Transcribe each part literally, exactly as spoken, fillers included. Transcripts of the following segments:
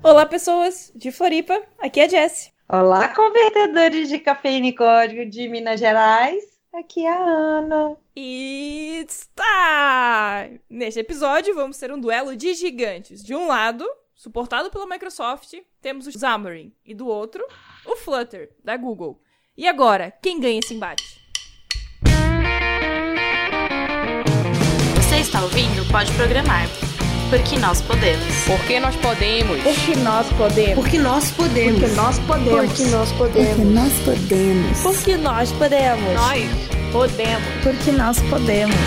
Olá, pessoas de Floripa, aqui é a Jessie. Olá, convertedores de cafeína e código de Minas Gerais, aqui é a Ana. It's time! Neste episódio, vamos ter um duelo de gigantes. De um lado, suportado pela Microsoft, temos o Xamarin, e do outro, o Flutter, da Google. E agora, quem ganha esse embate? Você está ouvindo Pode Programar. Porque nós podemos. Porque nós podemos. Porque nós podemos. Porque nós podemos. Porque nós podemos. Porque nós podemos. Porque nós podemos. Nós podemos. Porque nós podemos.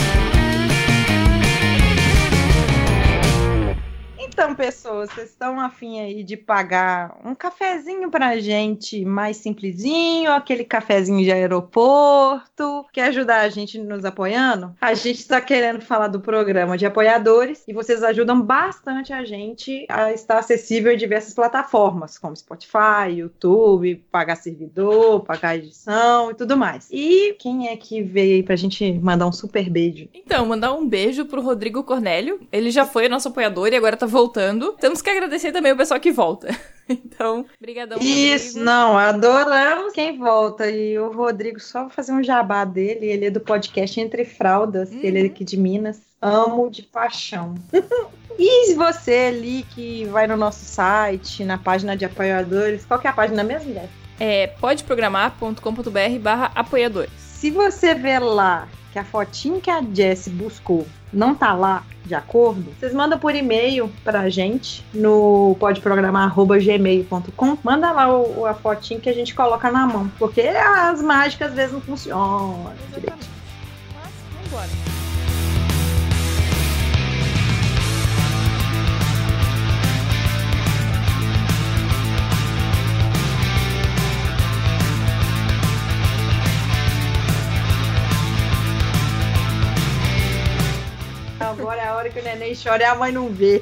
Então, pessoas, vocês estão afim aí de pagar um cafezinho pra gente mais simplesinho, aquele cafezinho de aeroporto, quer ajudar a gente nos apoiando? A gente está querendo falar do programa de apoiadores e vocês ajudam bastante a gente a estar acessível em diversas plataformas, como Spotify, YouTube, pagar servidor, pagar edição e tudo mais. E quem é que veio aí pra gente mandar um super beijo? Então, mandar um beijo pro Rodrigo Cornélio. Ele já foi nosso apoiador e agora tá voltando. Temos que agradecer também o pessoal que volta. Então, brigadão. Isso, Rodrigo. Não, adoramos quem volta. E o Rodrigo, só vou fazer um jabá dele, ele é do podcast Entre Fraldas, uhum. Ele é aqui de Minas. Amo de paixão. E você ali que vai no nosso site, na página de apoiadores, qual que é a página mesmo, Débora? É podeprogramar.com.br barra apoiadores. Se você ver lá que a fotinho que a Jessie buscou não tá lá de acordo, vocês mandam por e-mail pra gente no podeprogramar arroba gmail ponto com. Manda lá o, a fotinho que a gente coloca na mão, porque as mágicas às vezes não funcionam direito. Mas, vambora. Agora é a hora que o neném chora e a mãe não vê.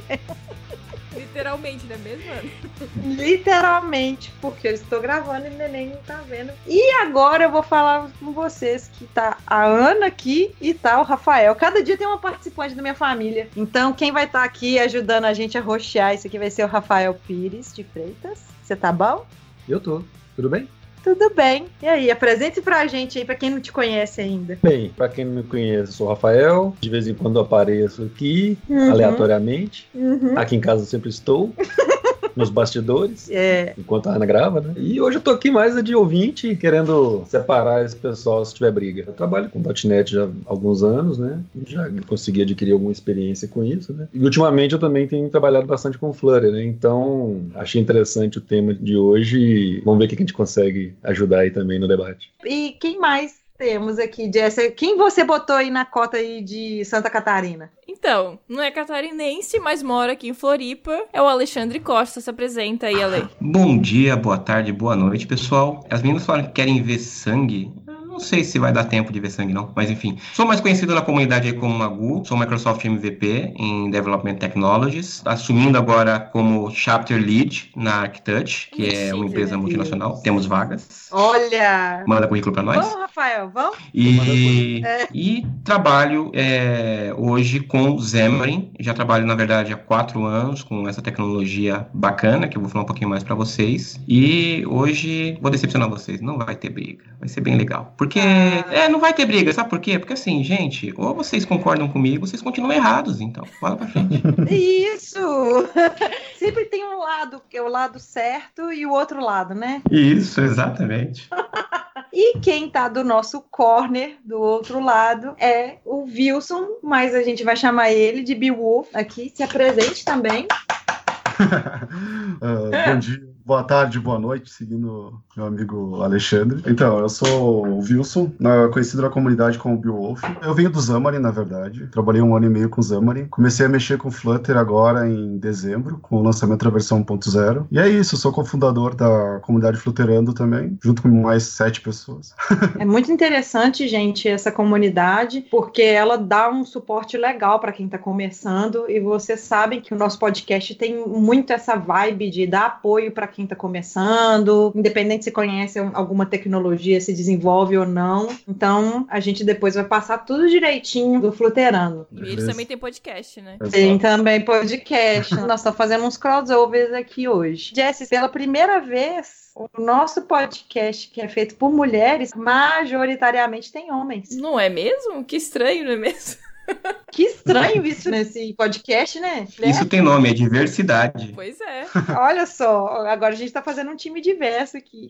Literalmente, não é mesmo, Ana? Literalmente, porque eu estou gravando e o neném não tá vendo. E agora eu vou falar com vocês que tá a Ana aqui e tá o Rafael. Cada dia tem uma participante da minha família. Então quem vai estar tá aqui ajudando a gente a rostear isso aqui vai ser o Rafael Pires de Freitas. Você tá bom? Eu tô. Tudo bem? Tudo bem. E aí, apresente pra gente aí, pra quem não te conhece ainda. Bem, pra quem não me conhece, eu sou o Rafael. De vez em quando eu apareço aqui, uhum. aleatoriamente. Uhum. Aqui em casa eu sempre estou. Nos bastidores, é. Enquanto a Ana grava, né? E hoje eu tô aqui mais de ouvinte, querendo separar esse pessoal se tiver briga. Eu trabalho com .ponto net já há alguns anos, né? Já consegui adquirir alguma experiência com isso, né? E ultimamente eu também tenho trabalhado bastante com Flutter, né? Então, achei interessante o tema de hoje e vamos ver o que a gente consegue ajudar aí também no debate. E quem mais temos aqui, Jessie? Quem você botou aí na cota aí de Santa Catarina? Então, não é catarinense, mas mora aqui em Floripa. É o Alexandre Costa. Se apresenta aí, Ale. Bom dia, boa tarde, boa noite, pessoal. As meninas falaram que querem ver sangue. Não sei se vai dar tempo de ver sangue, não. Mas, enfim. Sou mais conhecido na comunidade aí como Magu. Sou Microsoft M V P em Development Technologies. Assumindo agora como Chapter Lead na ArcTouch, que é uma empresa multinacional. Temos vagas. Olha! Manda currículo pra nós. Vamos, Rafael, vamos? E, é. e trabalho é, hoje com Xamarin. Já trabalho, na verdade, há quatro anos com essa tecnologia bacana, que eu vou falar um pouquinho mais pra vocês. E hoje vou decepcionar vocês. Não vai ter briga. Vai ser bem legal. Porque, ah. é, não vai ter briga, sabe por quê? Porque assim, gente, ou vocês concordam comigo, ou vocês continuam errados, então. Fala pra frente. Isso! Sempre tem um lado, que é o lado certo, e o outro lado, né? Isso, exatamente. E quem tá do nosso corner, do outro lado, é o Wilson, mas a gente vai chamar ele de Beowulf aqui. Se apresente também. uh, bom dia. Boa tarde, boa noite, seguindo meu amigo Alexandre. Então, eu sou o Wilson, conhecido na comunidade como Beowulf. Eu venho do Xamarin, na verdade. Trabalhei um ano e meio com Xamarin. Comecei a mexer com Flutter agora em dezembro, com o lançamento da versão um ponto zero. E é isso, sou cofundador da comunidade Flutterando também, junto com mais sete pessoas. É muito interessante, gente, essa comunidade, porque ela dá um suporte legal para quem está começando, e vocês sabem que o nosso podcast tem muito essa vibe de dar apoio para quem está começando, independente se conhece alguma tecnologia, se desenvolve ou não. Então, a gente depois vai passar tudo direitinho do Fluterando. E eles também têm podcast, né? Tem também podcast. Nós estamos fazendo uns crossovers aqui hoje. Jess, pela primeira vez, o nosso podcast, que é feito por mulheres, majoritariamente tem homens. Não é mesmo? Que estranho, não é mesmo? Que estranho isso nesse podcast, né? Isso tem nome, é diversidade. Pois é. Olha só, agora a gente tá fazendo um time diverso aqui.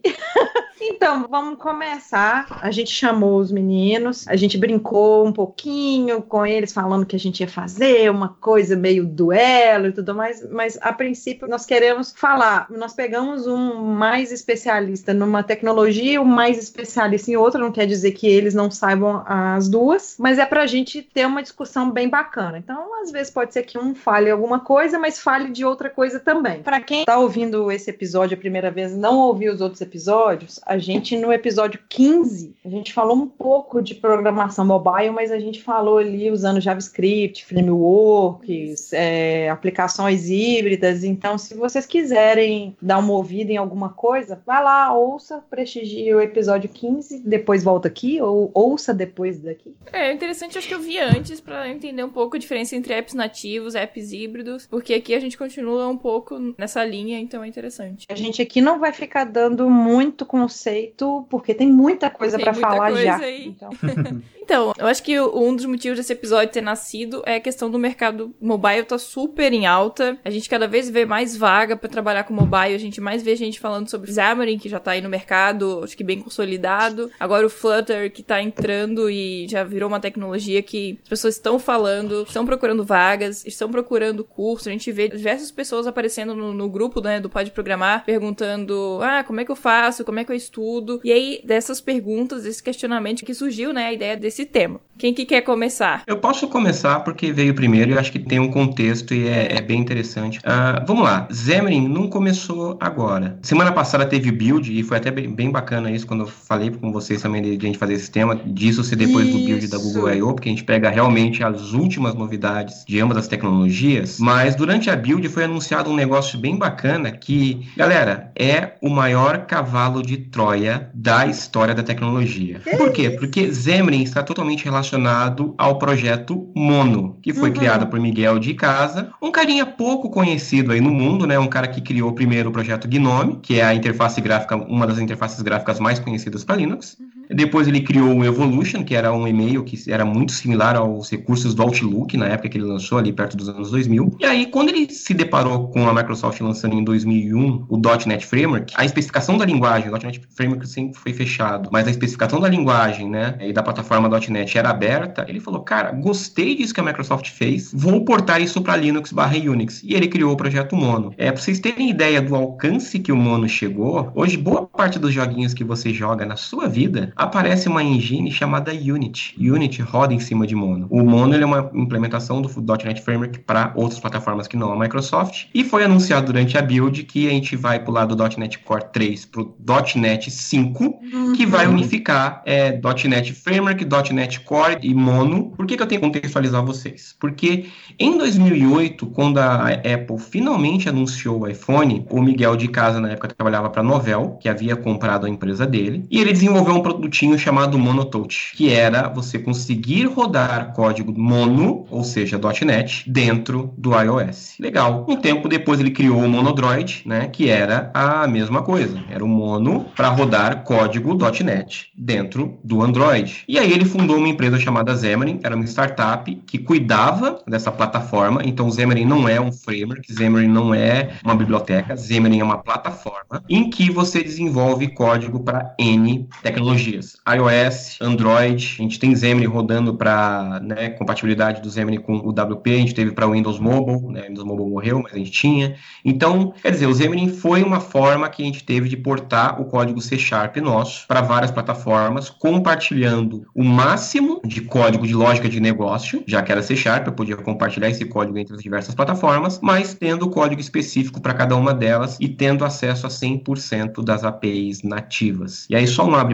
Então, vamos começar. A gente chamou os meninos, a gente brincou um pouquinho com eles, falando que a gente ia fazer uma coisa meio duelo e tudo mais, mas a princípio nós queremos falar. Nós pegamos um mais especialista numa tecnologia, um mais especialista em outra, não quer dizer que eles não saibam as duas, mas é pra gente ter uma discussão bem bacana. Então, às vezes pode ser que um fale alguma coisa, mas fale de outra coisa também. Para quem está ouvindo esse episódio a primeira vez, não ouviu os outros episódios, a gente no episódio quinze, a gente falou um pouco de programação mobile, mas a gente falou ali usando JavaScript, frameworks, é, aplicações híbridas. Então, se vocês quiserem dar uma ouvida em alguma coisa, vai lá, ouça, prestigie o episódio quinze, depois volta aqui, ou ouça depois daqui. É interessante, acho que eu vi antes para entender um pouco a diferença entre apps nativos, apps híbridos, porque aqui a gente continua um pouco nessa linha, então é interessante. A gente aqui não vai ficar dando muito conceito, porque tem muita coisa para falar coisa já. Aí. Então. Então, eu acho que um dos motivos desse episódio ter nascido é a questão do mercado mobile tá super em alta. A gente cada vez vê mais vaga para trabalhar com mobile, a gente mais vê gente falando sobre Xamarin, que já tá aí no mercado, acho que bem consolidado. Agora o Flutter, que tá entrando e já virou uma tecnologia que as pessoas estão falando, estão procurando vagas, estão procurando curso. A gente vê diversas pessoas aparecendo no, no grupo, né, do Pode Programar, perguntando, ah, como é que eu faço, como é que eu estudo? E aí, dessas perguntas, desse questionamento que surgiu, né, a ideia desse tema. Quem que quer começar? Eu posso começar porque veio primeiro e eu acho que tem um contexto e é, é bem interessante. Uh, vamos lá, Xamarin não começou agora. Semana passada teve build e foi até bem, bem bacana isso quando eu falei com vocês também de, de a gente fazer esse tema, disso ser depois isso. do build da Google I O, porque a gente pega realmente as últimas novidades de ambas as tecnologias, mas durante a build foi anunciado um negócio bem bacana que, galera, é o maior cavalo de Troia da história da tecnologia. Que Por quê? Isso? Porque Xamarin está totalmente relacionado ao projeto Mono, que foi uhum. criado por Miguel de Casa, um carinha pouco conhecido aí no mundo, né? Um cara que criou primeiro o projeto Gnome, que é a interface gráfica, uma das interfaces gráficas mais conhecidas para Linux. Uhum. Depois ele criou o Evolution, que era um e-mail que era muito similar aos recursos do Outlook, na época que ele lançou, ali perto dos anos dois mil. E aí, quando ele se deparou com a Microsoft lançando em dois mil e um o .ponto net Framework, a especificação da linguagem, o .ponto net Framework sempre foi fechado, mas a especificação da linguagem, né, e da plataforma .ponto net era aberta, ele falou, cara, gostei disso que a Microsoft fez, vou portar isso para Linux barra Unix. E ele criou o projeto Mono. É, para vocês terem ideia do alcance que o Mono chegou, hoje boa parte dos joguinhos que você joga na sua vida, aparece uma engine chamada Unity. Unity roda em cima de Mono. O Mono ele é uma implementação do .ponto net Framework para outras plataformas que não a Microsoft, e foi anunciado durante a build que a gente vai pular do .ponto net Core três para o .ponto net cinco, uhum. que vai unificar é, .ponto net Framework, .ponto net Core e Mono. Por que, que eu tenho que contextualizar vocês? Porque em dois mil e oito, quando a Apple finalmente anunciou o iPhone, o Miguel de Casa, na época, trabalhava para a Novell, que havia comprado a empresa dele, e ele desenvolveu um produtinho chamado MonoTouch, que era você conseguir rodar código Mono, ou seja, .ponto net, dentro do iOS. Legal. Um tempo depois ele criou o Monodroid, né, que era a mesma coisa. Era o Mono para rodar código .ponto net dentro do Android. E aí ele fundou uma empresa chamada Xamarin, era uma startup que cuidava dessa plataforma. Então Xamarin não é um framework, Xamarin não é uma biblioteca, Xamarin é uma plataforma em que você desenvolve código para N tecnologias. iOS, Android, a gente tem Xamarin rodando para, né, compatibilidade do Xamarin com o W P, a gente teve para Windows Mobile, né, Windows Mobile morreu, mas a gente tinha. Então, quer dizer, o Xamarin foi uma forma que a gente teve de portar o código C Sharp nosso para várias plataformas, compartilhando o máximo de código de lógica de negócio, já que era C Sharp, eu podia compartilhar esse código entre as diversas plataformas, mas tendo código específico para cada uma delas e tendo acesso a cem por cento das A P Is nativas. E aí, só um abre parênteses,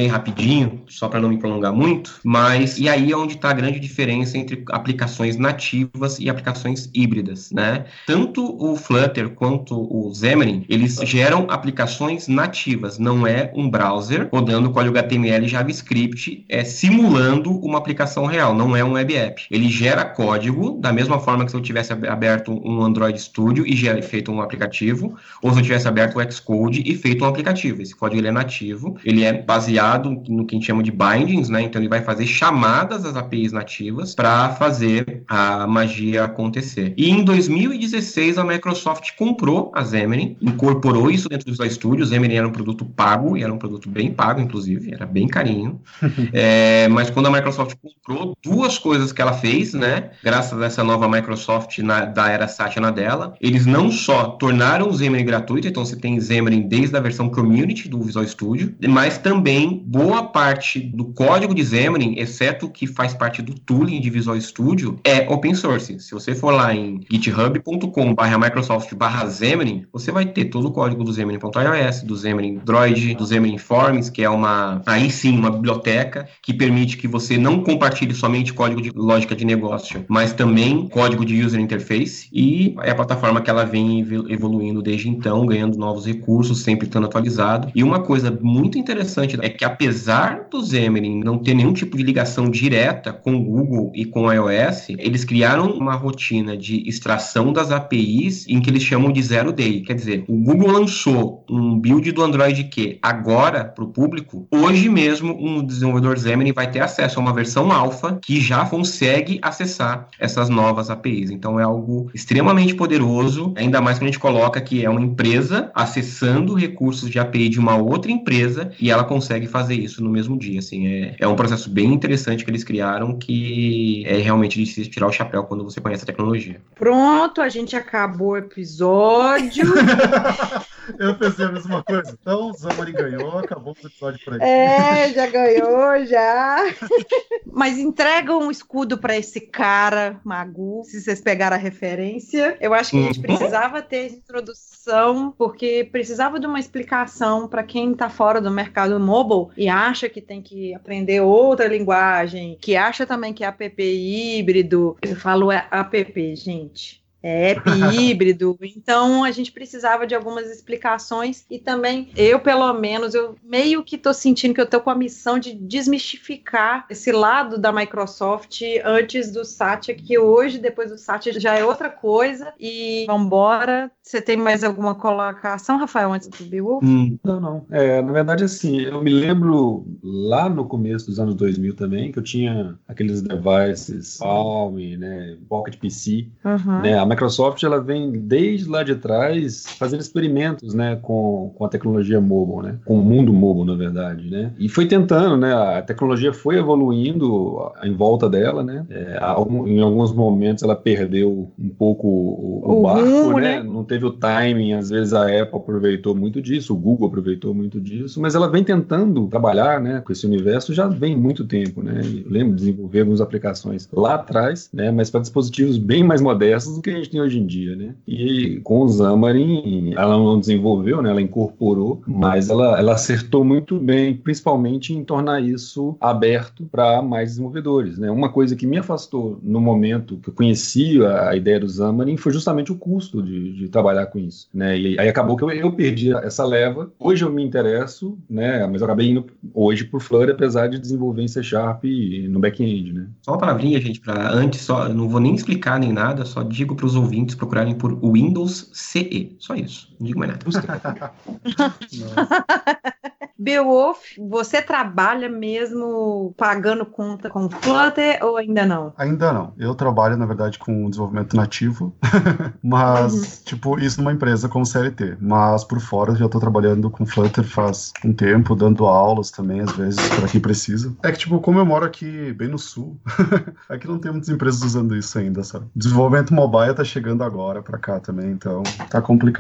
bem rapidinho, só para não me prolongar muito, mas e aí é onde está a grande diferença entre aplicações nativas e aplicações híbridas, né? Tanto o Flutter quanto o Xamarin, eles geram aplicações nativas, não é um browser rodando código H T M L e JavaScript, é simulando uma aplicação real, não é um web app. Ele gera código, da mesma forma que se eu tivesse aberto um Android Studio e gera, feito um aplicativo, ou se eu tivesse aberto o Xcode e feito um aplicativo. Esse código ele é nativo, ele é baseado no que a gente chama de bindings, né? Então ele vai fazer chamadas às A P Is nativas para fazer a magia acontecer. E em dois mil e dezesseis a Microsoft comprou a Xamarin, incorporou isso dentro do Visual Studio. O Xamarin era um produto pago, e era um produto bem pago, inclusive, era bem carinho. é, mas quando a Microsoft comprou, duas coisas que ela fez, né? Graças a essa nova Microsoft na, da era Satya Nadella, eles não só tornaram o Xamarin gratuito, então você tem Xamarin desde a versão Community do Visual Studio, mas também boa parte do código de Xamarin, exceto o que faz parte do tooling de Visual Studio, é open source. Se você for lá em github ponto com barra Microsoft barra Xamarin, você vai ter todo o código do Xamarin.ios, do Xamarin Droid, do Xamarin Forms, que é uma, aí sim, uma biblioteca que permite que você não compartilhe somente código de lógica de negócio, mas também código de user interface, e é a plataforma que ela vem evoluindo desde então, ganhando novos recursos, sempre estando atualizado. E uma coisa muito interessante é que, apesar do Xamarin não ter nenhum tipo de ligação direta com o Google e com o iOS, eles criaram uma rotina de extração das A P Is em que eles chamam de zero day. Quer dizer, o Google lançou um build do Android Q agora para o público, hoje mesmo um desenvolvedor Xamarin vai ter acesso a uma versão alfa que já consegue acessar essas novas A P Is. Então é algo extremamente poderoso, ainda mais quando a gente coloca que é uma empresa acessando recursos de A P I de uma outra empresa e ela consegue fazer isso no mesmo dia. Assim, é, é um processo bem interessante que eles criaram, que é realmente de se tirar o chapéu quando você conhece a tecnologia. Pronto, a gente acabou o episódio. Eu pensei a mesma coisa. Então, o Xamarin ganhou, acabou o episódio por aí. É, já ganhou, já. Mas entrega um escudo pra esse cara, Magu, se vocês pegaram a referência. Eu acho que a gente precisava ter introdução, porque precisava de uma explicação para quem tá fora do mercado mobile e acha que tem que aprender outra linguagem, que acha também que é app híbrido. Eu falo é app, gente. É app híbrido, então a gente precisava de algumas explicações e também eu, pelo menos, eu meio que tô sentindo que eu tô com a missão de desmistificar esse lado da Microsoft antes do Satya, que hoje, depois do Satya, já é outra coisa e vambora. Você tem mais alguma colocação, Rafael, antes do Beowulf? Hum, não, não. É, na verdade, assim, eu me lembro lá no começo dos anos dois mil também, que eu tinha aqueles devices Palm, né, Pocket P C, uhum. né, a Microsoft ela vem desde lá de trás fazendo experimentos, né, com, com a tecnologia mobile, né, com o mundo mobile, na verdade, né, e foi tentando, né, a tecnologia foi evoluindo em volta dela, né, é, em alguns momentos ela perdeu um pouco o, o, o barco, rumo, né, né, não teve o timing, às vezes a Apple aproveitou muito disso, o Google aproveitou muito disso, mas ela vem tentando trabalhar, né, com esse universo já vem muito tempo, né, eu lembro de desenvolver algumas aplicações lá atrás, né, mas para dispositivos bem mais modestos do que a gente tem hoje em dia, né? E com o Xamarin, ela não desenvolveu, né? Ela incorporou, mas ela, ela acertou muito bem, principalmente em tornar isso aberto para mais desenvolvedores, né? Uma coisa que me afastou no momento que eu conheci a, a ideia do Xamarin foi justamente o custo de, de trabalhar com isso, né? E aí acabou que eu, eu perdi essa leva. Hoje eu me interesso, né? Mas eu acabei indo hoje por Flutter, apesar de desenvolver em C Sharp e no back-end, né? Só uma palavrinha, gente, para antes, só, eu não vou nem explicar nem nada, só digo para os ouvintes procurarem por Windows C E. Só isso. Não digo mais nada. Beowulf, você trabalha mesmo pagando conta com Flutter ou ainda não? Ainda não. Eu trabalho, na verdade, com desenvolvimento nativo, mas, uhum. tipo, isso numa empresa como C L T. Mas, por fora, já tô trabalhando com Flutter faz um tempo, dando aulas também, às vezes, para quem precisa. É que, tipo, como eu moro aqui bem no sul, aqui não tem muitas empresas usando isso ainda, sabe? Desenvolvimento mobile tá chegando agora pra cá também, então tá complicado.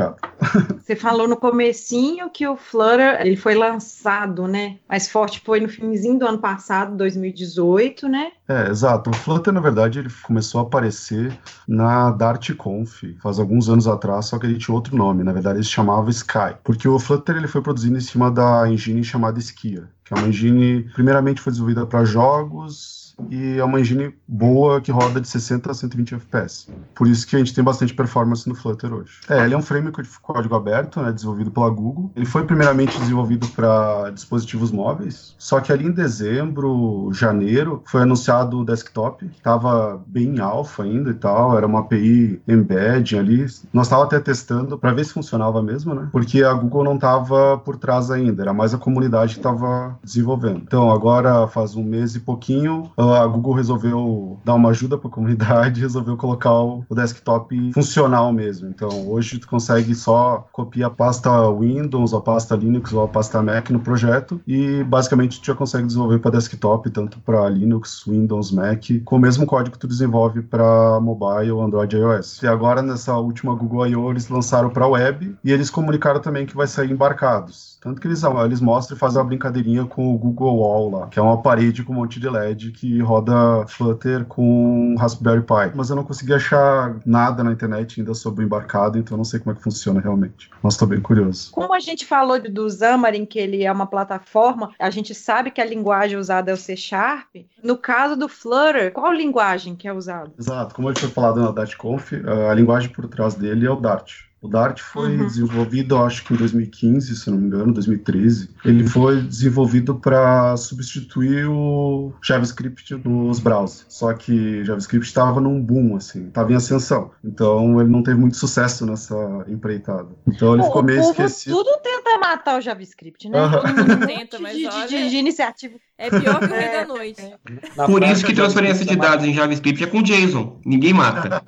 Você falou no comecinho que o Flutter, ele foi lançado, né? Mais forte foi no finzinho do ano passado, dois mil e dezoito, né? É, exato. O Flutter, na verdade, ele começou a aparecer na DartConf, faz alguns anos atrás, só que ele tinha outro nome. Na verdade, ele se chamava Sky. Porque o Flutter ele foi produzido em cima da engine chamada Skia, que é uma engine, primeiramente foi desenvolvida para jogos, e é uma engine boa que roda de sessenta a cento e vinte F P S. Por isso que a gente tem bastante performance no Flutter hoje. É, ele é um framework de código aberto, né, desenvolvido pela Google. Ele foi primeiramente desenvolvido para dispositivos móveis, só que ali em dezembro, janeiro, foi anunciado o desktop, que estava bem em alpha ainda e tal, era uma A P I embedding ali. Nós estávamos até testando para ver se funcionava mesmo, né, porque a Google não estava por trás ainda, era mais a comunidade que estava desenvolvendo. Então, agora faz um mês e pouquinho, a Google resolveu dar uma ajuda para a comunidade e resolveu colocar o, o desktop funcional mesmo. Então, hoje tu consegue só copiar a pasta Windows, a pasta Linux ou a pasta Mac no projeto e, basicamente, tu já consegue desenvolver para desktop, tanto para Linux, Windows, Mac, com o mesmo código que tu desenvolve para mobile, Android e iOS. E agora, nessa última Google I O, eles lançaram para web e eles comunicaram também que vai sair embarcados. Tanto que eles, eles mostram e fazem uma brincadeirinha com o Google Wall lá, que é uma parede com um monte de L E D que roda Flutter com Raspberry Pi. Mas eu não consegui achar nada na internet ainda sobre o embarcado, então eu não sei como é que funciona realmente. Mas estou bem curioso. Como a gente falou do Xamarin, que ele é uma plataforma, a gente sabe que a linguagem usada é o C Sharp. No caso do Flutter, qual linguagem que é usada? Exato. Como ele foi falado na DartConf, a linguagem por trás dele é o Dart. O Dart foi uhum. desenvolvido, acho que em dois mil e quinze, se não me engano, dois mil e treze. Ele foi desenvolvido para substituir o JavaScript nos browsers. Só que JavaScript estava num boom, assim, estava em ascensão. Então ele não teve muito sucesso nessa empreitada. Então ele o ficou meio esquecido. Tudo tenta matar o JavaScript, né? Uhum. Tenta, mas de, olha, de, de iniciativa. É pior que o rei da noite. Na Por isso que transferência de dados em JavaScript é com JSON. Ninguém mata.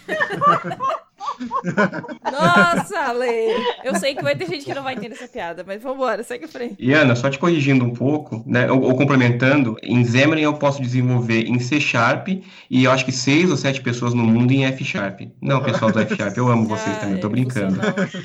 Nossa, Ale! Eu sei que vai ter gente que não vai entender essa piada, mas vambora, segue em frente. E Ana, só te corrigindo um pouco, né, ou, ou complementando, em Xamarin eu posso desenvolver em C Sharp e eu acho que seis ou sete pessoas no mundo em F Sharp. Não, pessoal do F Sharp, eu amo vocês ah, também, eu tô brincando.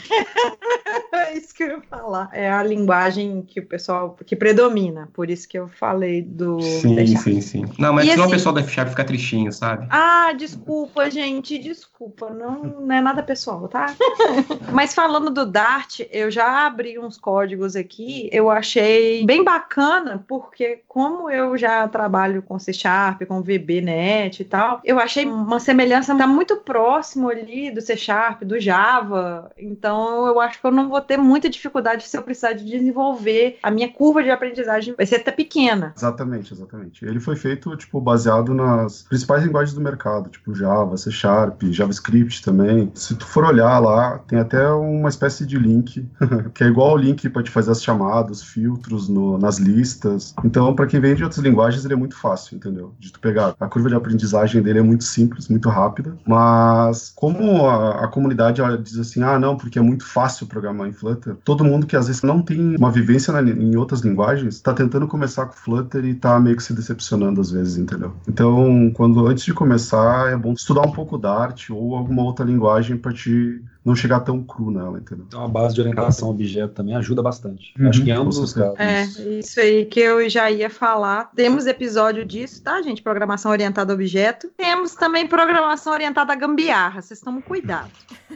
É isso que eu ia falar. É a linguagem que o pessoal, que predomina, por isso que eu falei do Sim, sim, sim. Não, mas senão assim, o pessoal do F Sharp fica tristinho, sabe? Ah, desculpa, gente, desculpa, não, não é nada pessoal, tá? Mas falando do Dart, eu já abri uns códigos aqui, eu achei bem bacana, porque como eu já trabalho com C Sharp, com V B Net e tal, eu achei uma semelhança tá muito próximo ali do C Sharp, do Java, então eu acho que eu não vou ter muita dificuldade se eu precisar de desenvolver. A minha curva de aprendizagem vai ser até pequena. Exatamente, exatamente. Ele foi feito, tipo, baseado nas principais linguagens do mercado, tipo Java, C Sharp, JavaScript também. Se tu for olhar lá, tem até uma espécie de link, que é igual ao link para te fazer as chamadas, filtros no, nas listas. Então, para quem vem de outras linguagens, ele é muito fácil, entendeu? De tu pegar. A curva de aprendizagem dele é muito simples, muito rápida, mas como a, a comunidade ela diz assim, ah, não, porque é muito fácil programar em Flutter, todo mundo que às vezes não tem uma vivência na, em outras linguagens, tá tentando começar com Flutter e tá meio que se decepcionando às vezes, entendeu? Então, quando antes de começar, é bom estudar um pouco Dart ou alguma outra linguagem para te não chegar tão cru nela, entendeu? Então, a base de orientação a objeto também ajuda bastante. Uhum, acho que em ambos os casos. É, isso aí que eu já ia falar. Temos episódio disso, tá, gente? Programação orientada a objeto. Temos também programação orientada a gambiarra. Vocês tomam cuidado.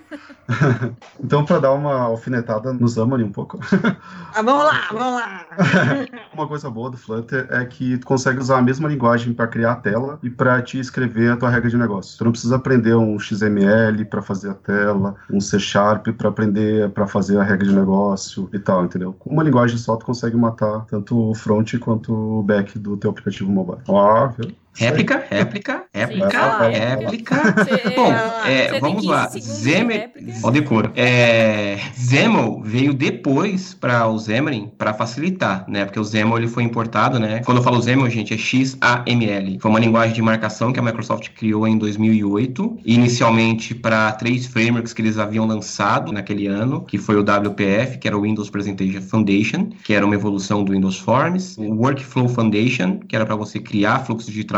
Então, para dar uma alfinetada no Xamarin um pouco. Ah, vamos lá, vamos lá. Uma coisa boa do Flutter é que tu consegue usar a mesma linguagem para criar a tela e para te escrever a tua regra de negócio. Tu não precisa aprender um X M L para fazer a tela, um C Sharp para aprender, para fazer a regra de negócio e tal, entendeu? Com uma linguagem só tu consegue matar tanto o front quanto o back do teu aplicativo mobile. Ó, viu? Réplica, réplica, réplica, Sim, réplica. Bom, é, vamos lá. Xamarin, ó, decoro. É, XAML veio depois para o Xamarin para facilitar, né? Porque o XAML ele foi importado, né? Quando eu falo XAML, gente, é X A M L. Foi uma linguagem de marcação que a Microsoft criou em dois mil e oito, inicialmente para três frameworks que eles haviam lançado naquele ano, que foi o W P F, que era o Windows Presentation Foundation, que era uma evolução do Windows Forms, o Workflow Foundation, que era para você criar fluxos de trabalho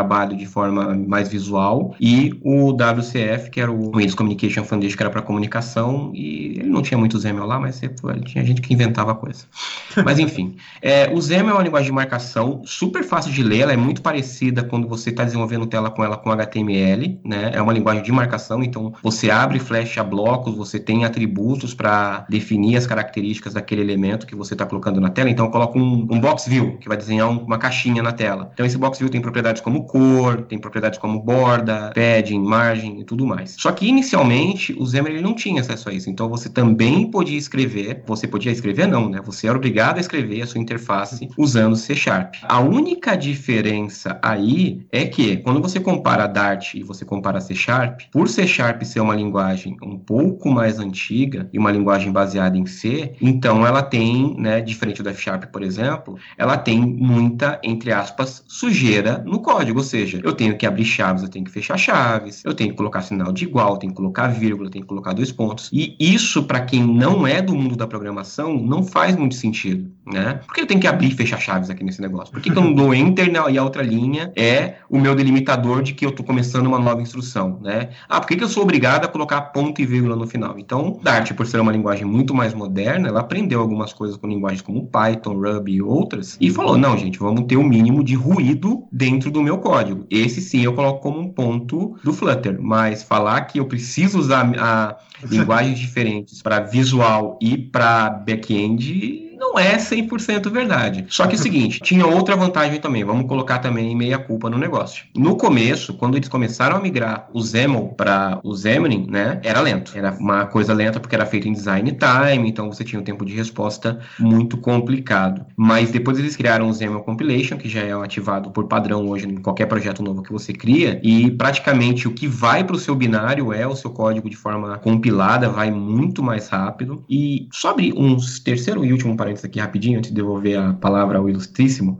trabalho de forma mais visual, e o W C F, que era o Windows Communication Foundation, que era para comunicação, e ele não tinha muito XAML lá, mas tinha gente que inventava coisa. Mas enfim, é, o XAML é uma linguagem de marcação super fácil de ler, ela é muito parecida quando você está desenvolvendo tela com ela com H T M L, né? É uma linguagem de marcação, então você abre e fecha blocos, você tem atributos para definir as características daquele elemento que você está colocando na tela. Então eu coloco um, um box view, que vai desenhar um, uma caixinha na tela. Então esse box view tem propriedades como cor, tem propriedades como borda, padding, margem e tudo mais. Só que inicialmente o Xamarin ele não tinha acesso a isso, então você também podia escrever, você podia escrever não, né? Você era obrigado a escrever a sua interface usando C Sharp. A única diferença aí é que quando você compara a Dart e você compara a C Sharp, por C Sharp ser uma linguagem um pouco mais antiga e uma linguagem baseada em C, então ela tem, né, diferente do F Sharp, por exemplo, ela tem muita, entre aspas, sujeira no código, ou seja, eu tenho que abrir chaves, eu tenho que fechar chaves, eu tenho que colocar sinal de igual, eu tenho que colocar vírgula, eu tenho que colocar dois pontos. E isso, para quem não é do mundo da programação, não faz muito sentido, né? Por que eu tenho que abrir e fechar chaves aqui nesse negócio? Por que, que eu não dou enter e a outra linha é o meu delimitador de que eu estou começando uma nova instrução, né? Ah, por que, que eu sou obrigado a colocar ponto e vírgula no final? Então, Dart, por ser uma linguagem muito mais moderna, ela aprendeu algumas coisas com linguagens como Python, Ruby e outras, e falou, não, gente, vamos ter o mínimo de ruído dentro do meu código. Esse sim eu coloco como um ponto do Flutter, mas falar que eu preciso usar a linguagens diferentes para visual e para back-end não é cem por cento verdade. Só que é o seguinte, tinha outra vantagem também, vamos colocar também meia culpa no negócio. No começo, quando eles começaram a migrar o XAML para o Xamarin, né, era lento. Era uma coisa lenta porque era feito em design time, então você tinha um tempo de resposta muito complicado. Mas depois eles criaram o XAML Compilation, que já é ativado por padrão hoje em qualquer projeto novo que você cria, e praticamente o que vai para o seu binário é o seu código de forma compilada, vai muito mais rápido. E só abrir um terceiro e último parênteses aqui rapidinho, antes de devolver a palavra ao ilustríssimo.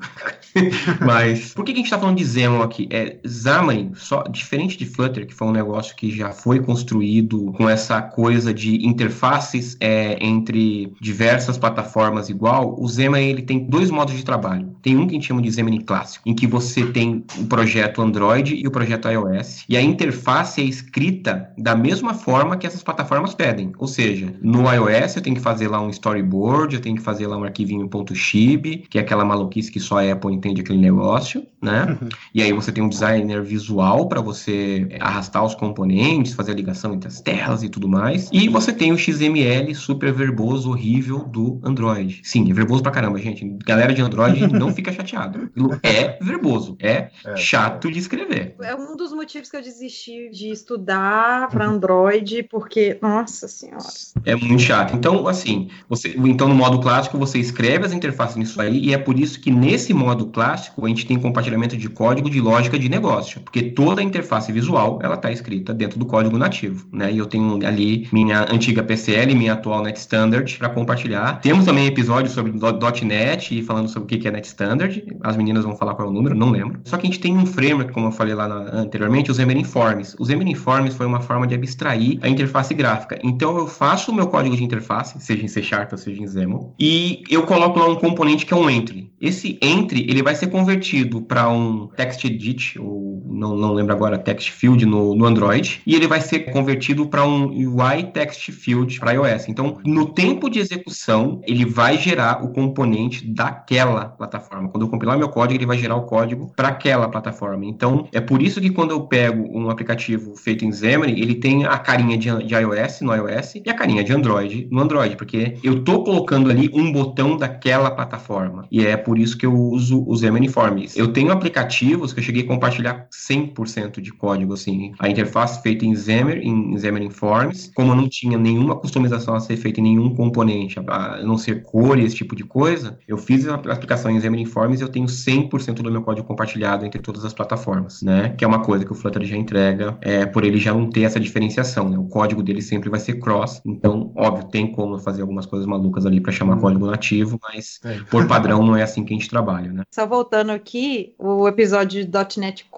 Mas, por que a gente está falando de XAML aqui? É, Xamarin, só, diferente de Flutter, que foi um negócio que já foi construído com essa coisa de interfaces é, entre diversas plataformas igual, o Xamarin ele tem dois modos de trabalho. Tem um que a gente chama de Xamarin clássico, em que você tem o projeto Android e o projeto iOS, e a interface é escrita da mesma forma que essas plataformas pedem. Ou seja, no iOS eu tenho que fazer lá um storyboard, eu tenho que fazer lá um arquivinho .xib, que é aquela maluquice que só a Apple entende aquele negócio, né? E aí você tem um designer visual para você arrastar os componentes, fazer a ligação entre as telas e tudo mais. E você tem o X M L super verboso, horrível do Android. Sim, é verboso pra caramba, gente. Galera de Android não fica chateado. É verboso, é, é chato é. de escrever. É um dos motivos que eu desisti de estudar para Android, porque, nossa senhora. É muito chato. Então, assim, você, então no modo clássico você escreve as interfaces nisso aí, e é por isso que nesse modo clássico a gente tem compartilhamento de código de lógica de negócio, porque toda a interface visual ela está escrita dentro do código nativo, né? E eu tenho ali minha antiga P C L, minha atual NetStandard para compartilhar. Temos também episódios sobre .NET e falando sobre o que é NetStandard. As meninas vão falar qual é o número, não lembro. Só que a gente tem um framework, como eu falei lá na, anteriormente, o Xamarin Forms. O Xamarin Forms foi uma forma de abstrair a interface gráfica. Então eu faço o meu código de interface, seja em C Sharp ou seja em XAML, e eu coloco lá um componente que é um entry. Esse entry, ele vai ser convertido para um text edit, ou não, não lembro agora, text field no, no Android, e ele vai ser convertido para um U I text field para iOS. Então, no tempo de execução, ele vai gerar o componente daquela plataforma. Quando eu compilar meu código, ele vai gerar o código para aquela plataforma. Então, é por isso que quando eu pego um aplicativo feito em Xamarin, ele tem a carinha de, de iOS no iOS e a carinha de Android no Android, porque eu estou colocando ali um botão daquela plataforma. E é por isso que eu uso o Xamarin Forms. Eu tenho aplicativos que eu cheguei a compartilhar cem por cento de código, assim, a interface feita em Xamarin, em Xamarin Forms, como eu não tinha nenhuma customização a ser feita em nenhum componente, a não ser cor e esse tipo de coisa, eu fiz a aplicação em Xamarin Forms e eu tenho cem por cento do meu código compartilhado entre todas as plataformas, né? Que é uma coisa que o Flutter já entrega, é, por ele já não ter essa diferenciação, né? O código dele sempre vai ser cross, então, óbvio, tem como fazer algumas coisas malucas ali para chamar hum. código nativo, mas é. por padrão não é assim que a gente trabalha, né? Só voltando aqui, o episódio de .NET Core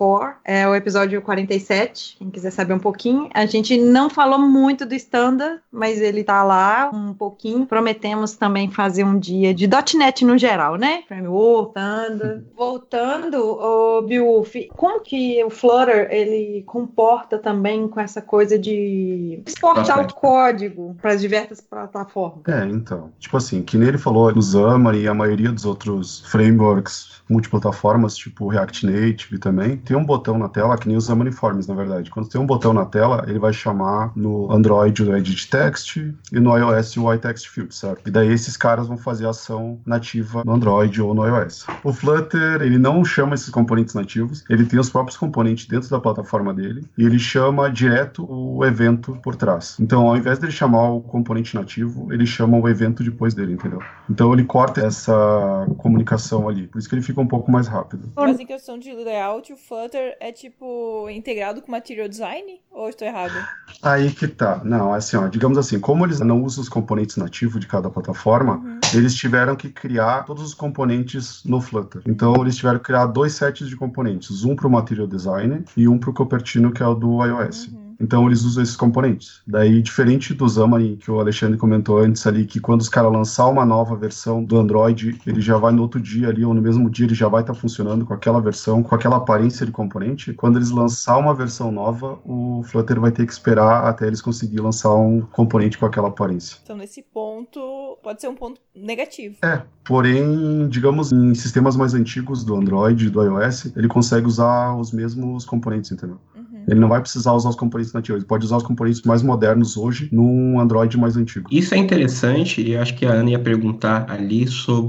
é o episódio quarenta e sete, quem quiser saber um pouquinho. A gente não falou muito do Standard, mas ele tá lá um pouquinho. Prometemos também fazer um dia de .NET no geral, né? Framework, Standard. Voltando, o Beowulf, como que o Flutter, ele comporta também com essa coisa de exportar o código para as diversas plataformas? É, então, tipo assim, que nem ele falou do Xamarin e a maioria dos outros frameworks multiplataformas, tipo React Native também, tem um botão na tela, que nem os Xamarin Forms, na verdade. Quando tem um botão na tela, ele vai chamar no Android o Edit Text e no iOS o iText Field, certo? E daí esses caras vão fazer a ação nativa no Android ou no iOS. O Flutter, ele não chama esses componentes nativos, ele tem os próprios componentes dentro da plataforma dele e ele chama direto o evento por trás. Então, ao invés dele chamar o componente nativo, ele chama o evento depois dele, entendeu? Então, ele corta essa comunicação ali. Por isso que ele fica um pouco mais rápido. Mas em questão de layout, o Flutter é tipo integrado com Material Design? Ou eu estou errado? Aí que tá. Não, assim, ó, digamos assim, como eles não usam os componentes nativos de cada plataforma, uhum. eles tiveram que criar todos os componentes no Flutter. Então, eles tiveram que criar dois sets de componentes, um para o Material Design e um para o Cupertino, que é o do iOS. Uhum. Então, eles usam esses componentes. Daí, diferente do Xamarin, que o Alexandre comentou antes ali, que quando os caras lançar uma nova versão do Android, ele já vai no outro dia ali, ou no mesmo dia, ele já vai estar tá funcionando com aquela versão, com aquela aparência de componente. Quando eles lançar uma versão nova, o Flutter vai ter que esperar até eles conseguirem lançar um componente com aquela aparência. Então, nesse ponto, pode ser um ponto negativo. É, porém, digamos, em sistemas mais antigos do Android e do iOS, ele consegue usar os mesmos componentes, entendeu? Uhum. Ele não vai precisar usar os componentes nativos, ele pode usar os componentes mais modernos hoje num Android mais antigo. Isso é interessante, e acho que a Ana ia perguntar ali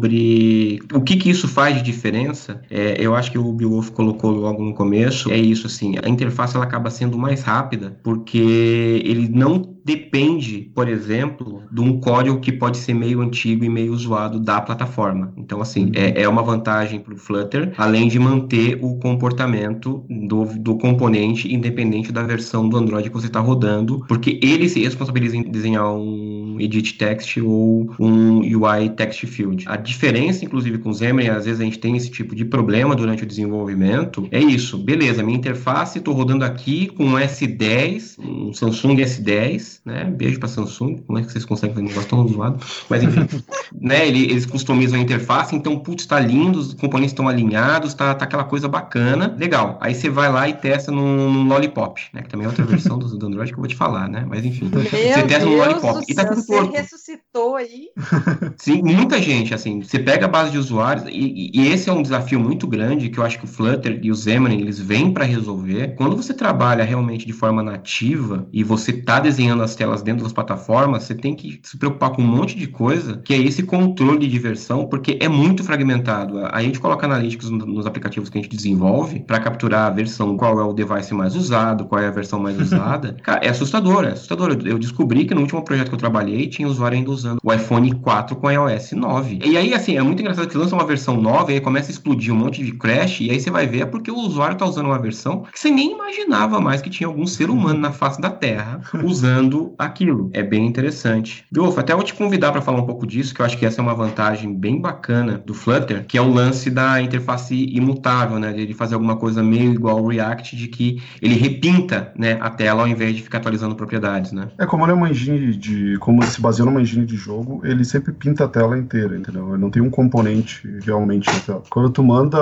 sobre o que que isso faz de diferença. É, eu acho que o Beowulf colocou logo no começo, é isso assim, a interface ela acaba sendo mais rápida, porque ele não depende, por exemplo, de um código que pode ser meio antigo e meio zoado da plataforma. Então, assim, é, é uma vantagem para o Flutter, além de manter o comportamento do, do componente independente da versão do Android que você está rodando, porque ele se responsabiliza em desenhar um Edit Text ou um U I Text Field. A diferença, inclusive, com o Xamarin, às vezes a gente tem esse tipo de problema durante o desenvolvimento, é isso, beleza, minha interface, estou rodando aqui com um S dez, um Samsung S dez, né? Beijo pra Samsung, como é que vocês conseguem fazer um negócio tão zoado? Mas enfim, né? Ele, eles customizam a interface, então, putz, tá lindo, os componentes estão alinhados, tá, tá aquela coisa bacana, legal. Aí você vai lá e testa no, no Lollipop, né? Que também é outra versão do, do Android que eu vou te falar, né? Mas enfim, Meu você testa no Lollipop Deus e tá tudo você torto. Ressuscitou aí. Sim, muita gente, assim, você pega a base de usuários e, e esse é um desafio muito grande que eu acho que o Flutter e o Xamarin, eles vêm para resolver. Quando você trabalha realmente de forma nativa e você tá desenhando as telas dentro das plataformas, você tem que se preocupar com um monte de coisa, que é esse controle de versão, porque é muito fragmentado. A gente coloca analytics nos aplicativos que a gente desenvolve para capturar a versão, qual é o device mais usado, qual é a versão mais usada. Cara, é assustador, é assustador. Eu descobri que no último projeto que eu trabalhei, tinha usuário ainda usando o iPhone quatro com iOS nove. E aí, assim, é muito engraçado que lança uma versão nova e aí começa a explodir um monte de crash, e aí você vai ver é porque o usuário tá usando uma versão que você nem imaginava mais que tinha algum ser humano na face da Terra usando aquilo. É bem interessante. Beowulf, até vou te convidar para falar um pouco disso, que eu acho que essa é uma vantagem bem bacana do Flutter, que é o lance da interface imutável, né? De fazer alguma coisa meio igual ao React, de que ele repinta, né, a tela ao invés de ficar atualizando propriedades, né? É, como ele é uma engine de... Como ele se baseia numa engine de jogo, ele sempre pinta a tela inteira, entendeu? Ele não tem um componente realmente na tela. Quando tu manda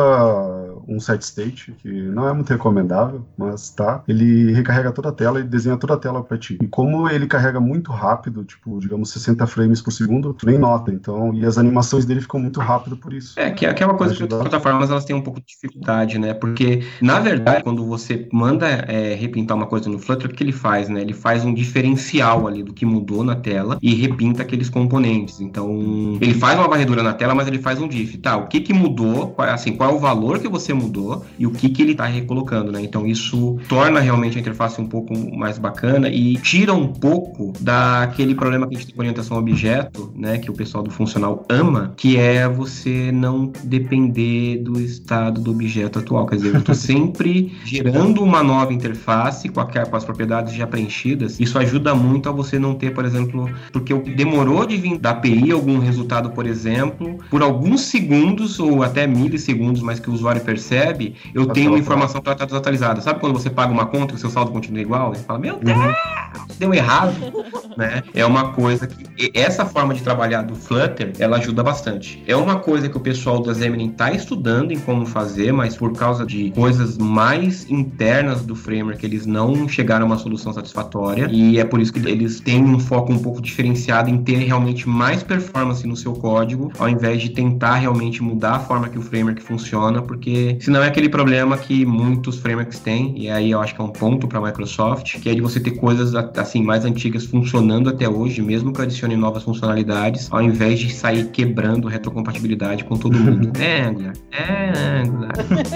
um set state, que não é muito recomendável, mas tá, ele recarrega toda a tela e desenha toda a tela pra ti. E como ele carrega muito rápido, tipo, digamos, sessenta frames por segundo, tu nem nota, então, e as animações dele ficam muito rápido por isso. É, que é aquela coisa que as plataformas, elas têm um pouco de dificuldade, né? Porque, na verdade, quando você manda é, repintar uma coisa no Flutter, o que ele faz, né? Ele faz um diferencial ali do que mudou na tela e repinta aqueles componentes. Então, ele faz uma varredura na tela, mas ele faz um diff. Tá, o que que mudou, assim, qual é o valor que você mudou e o que que ele tá recolocando, né? Então, isso torna realmente a interface um pouco mais bacana e tira um pouco daquele problema que a gente tem com orientação a objeto, né? Que o pessoal do funcional ama, que é você não depender do estado do objeto atual. Quer dizer, eu tô sempre gerando uma nova interface com, a, com as propriedades já preenchidas. Isso ajuda muito a você não ter, por exemplo, porque demorou de vir da A P I algum resultado, por exemplo, por alguns segundos ou até milissegundos, mas que o usuário percebe percebe, eu Pode tenho uma falar. informação que ela está desatualizada. Sabe quando você paga uma conta e o seu saldo continua igual? Você fala, meu Deus, deu errado. Né? É uma coisa que... Essa forma de trabalhar do Flutter, ela ajuda bastante. É uma coisa que o pessoal da Xamarin está estudando em como fazer, mas por causa de coisas mais internas do framework, eles não chegaram a uma solução satisfatória. E é por isso que eles têm um foco um pouco diferenciado em ter realmente mais performance no seu código, ao invés de tentar realmente mudar a forma que o framework funciona, porque senão é aquele problema que muitos frameworks têm, e aí eu acho que é um ponto para a Microsoft, que é de você ter coisas assim mais antigas funcionando até hoje, mesmo que adicione novas funcionalidades, ao invés de sair quebrando retrocompatibilidade com todo mundo. É Angular, é Angular.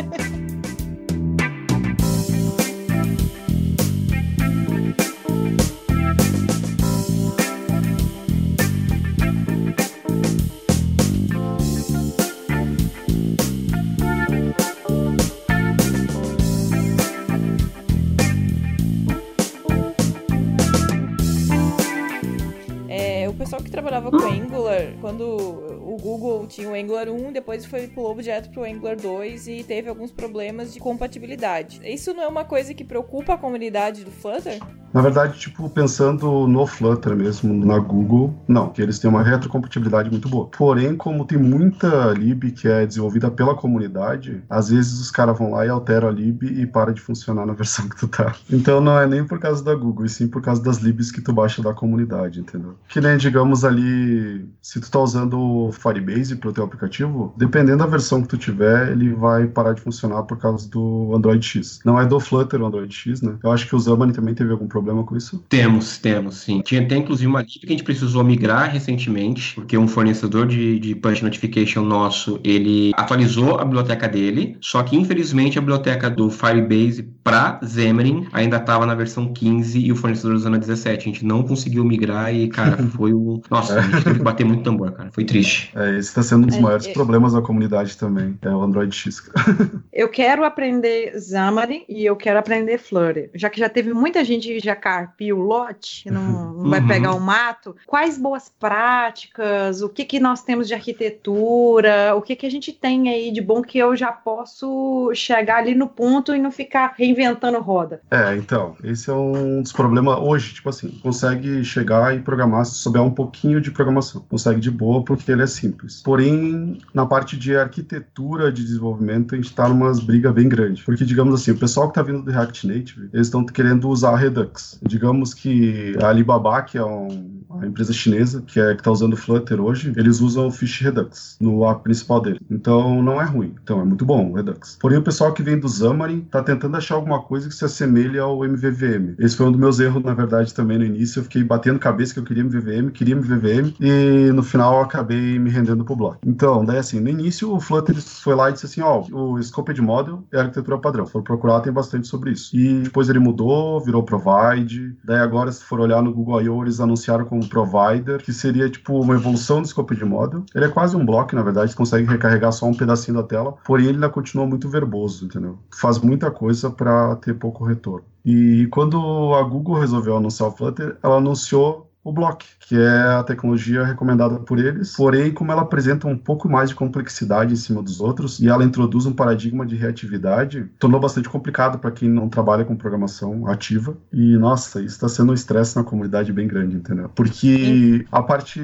É, o pessoal que trabalhava com Angular, quando o Google tinha o Angular um, depois foi pulou direto pro Angular dois e teve alguns problemas de compatibilidade. Isso não é uma coisa que preocupa a comunidade do Flutter? Na verdade, tipo, pensando no Flutter mesmo, na Google, não, que eles têm uma retrocompatibilidade muito boa. Porém, como tem muita lib que é desenvolvida pela comunidade, às vezes os caras vão lá e alteram a lib e para de funcionar na versão que tu tá. Então não é nem por causa da Google, e sim por causa das libs que tu baixa da comunidade, entendeu? Que nem, digamos ali, se tu tá usando o Firebase pro teu aplicativo, dependendo da versão que tu tiver, ele vai parar de funcionar por causa do Android X. Não é do Flutter o Android X, né? Eu acho que o Xamarin também teve algum problema com isso? Temos, temos, sim. Tinha até, inclusive, uma lib que a gente precisou migrar recentemente, porque um fornecedor de, de push notification nosso, ele atualizou a biblioteca dele, só que, infelizmente, a biblioteca do Firebase para Xamarin ainda estava na versão quinze e o fornecedor usando a dezessete. A gente não conseguiu migrar e, cara, foi o... Nossa, a gente teve que bater muito tambor, cara. Foi triste. É, esse está sendo um dos É, maiores é. problemas da comunidade também, é o Android X. Eu quero aprender Xamarin e eu quero aprender Flutter. Já que já teve muita gente que já carpiu o lote, que não, não vai Uhum. pegar o mato, quais boas práticas, o que, que nós temos de arquitetura, o que, que a gente tem aí de bom que eu já posso chegar ali no ponto e não ficar reinventando roda? É, então, esse é um dos problemas hoje, tipo assim, consegue chegar e programar se souber um pouquinho de programação. Consegue de boa porque ele é simples. Porém, na parte de arquitetura de desenvolvimento, a gente tá numas brigas bem grandes. Porque, digamos assim, o pessoal que tá vindo do React Native, eles estão querendo usar Redux. Digamos que a Alibaba, que é um, uma empresa chinesa, que é que tá usando o Flutter hoje, eles usam o Fish Redux no app principal dele. Então, não é ruim. Então, é muito bom o Redux. Porém, o pessoal que vem do Xamarin tá tentando achar alguma coisa que se assemelhe ao M V V M. Esse foi um dos meus erros, na verdade, também no início. Eu fiquei batendo cabeça que eu queria M V V M, queria M V V M, e no final eu acabei me rendendo pro bloco. Então, daí assim, no início o Flutter foi lá e disse assim, ó, o Scoped Model é a arquitetura padrão. Se for procurar, tem bastante sobre isso. E depois ele mudou, virou Provide. Daí agora, se for olhar no Google I O, eles anunciaram como Provider, que seria tipo uma evolução do Scoped Model. Ele é quase um bloco, na verdade, você consegue recarregar só um pedacinho da tela, porém ele ainda continua muito verboso, entendeu? Faz muita coisa para ter pouco retorno. E quando a Google resolveu anunciar o Flutter, ela anunciou o Block, que é a tecnologia recomendada por eles, porém, como ela apresenta um pouco mais de complexidade em cima dos outros, e ela introduz um paradigma de reatividade, tornou bastante complicado para quem não trabalha com programação ativa, e, nossa, isso está sendo um estresse na comunidade bem grande, entendeu? Porque a parte,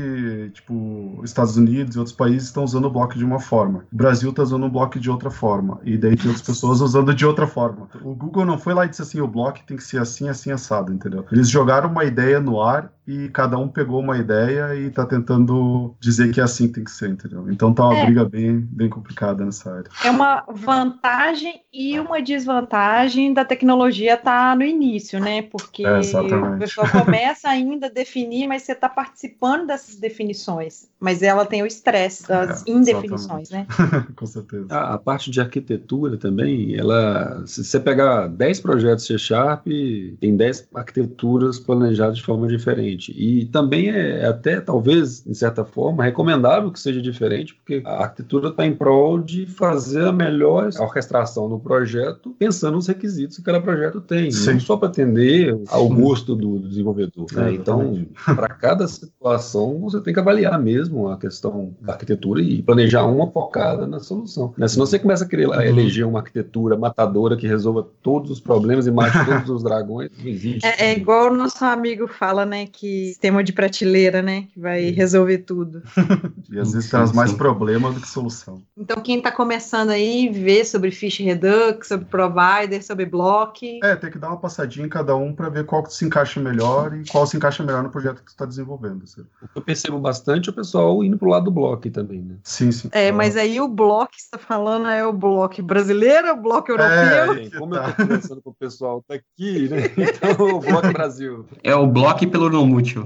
tipo, Estados Unidos e outros países estão usando o Block de uma forma, o Brasil está usando o Block de outra forma, e daí tem outras pessoas usando de outra forma. O Google não foi lá e disse assim, o Block tem que ser assim, assim, assado, entendeu? Eles jogaram uma ideia no ar, e cada um pegou uma ideia e tá tentando dizer que é assim que tem que ser, entendeu? Então tá uma É. briga bem, bem complicada nessa área. É uma vantagem e uma desvantagem da tecnologia estar no início, né? Porque É, exatamente. o pessoal começa ainda a definir, mas você está participando dessas definições. Mas ela tem o estresse das É, indefinições, né? Com certeza. A, a parte de arquitetura também, ela, se você pegar dez projetos C Sharp, tem dez arquiteturas planejadas de forma diferente. diferente. E também é até, talvez, em certa forma, recomendável que seja diferente, porque a arquitetura está em prol de fazer a melhor orquestração no projeto, pensando nos requisitos que cada projeto tem, Sim. não só para atender ao gosto do desenvolvedor. Né? Então, para cada situação, você tem que avaliar mesmo a questão da arquitetura e planejar uma focada na solução. Né? Senão você começa a querer uhum. eleger uma arquitetura matadora que resolva todos os problemas e mate todos os dragões. Não existe. É, é igual o nosso amigo fala, né, que sistema de prateleira, né, que vai resolver tudo. E às vezes traz mais problema do que solução. Então quem está começando aí, vê sobre Fish Redux, sobre Provider, sobre Block. É, tem que dar uma passadinha em cada um para ver qual que se encaixa melhor e qual se encaixa melhor no projeto que tu está desenvolvendo. Sabe? O que eu percebo bastante é o pessoal indo pro lado do Block também, né? Sim, sim. É, mas aí o Block que você tá falando é o Block brasileiro, o Block europeu? É, como tá. eu tô conversando com o pessoal tá aqui, né? Então o Block Brasil. É o Block pelo não mútil.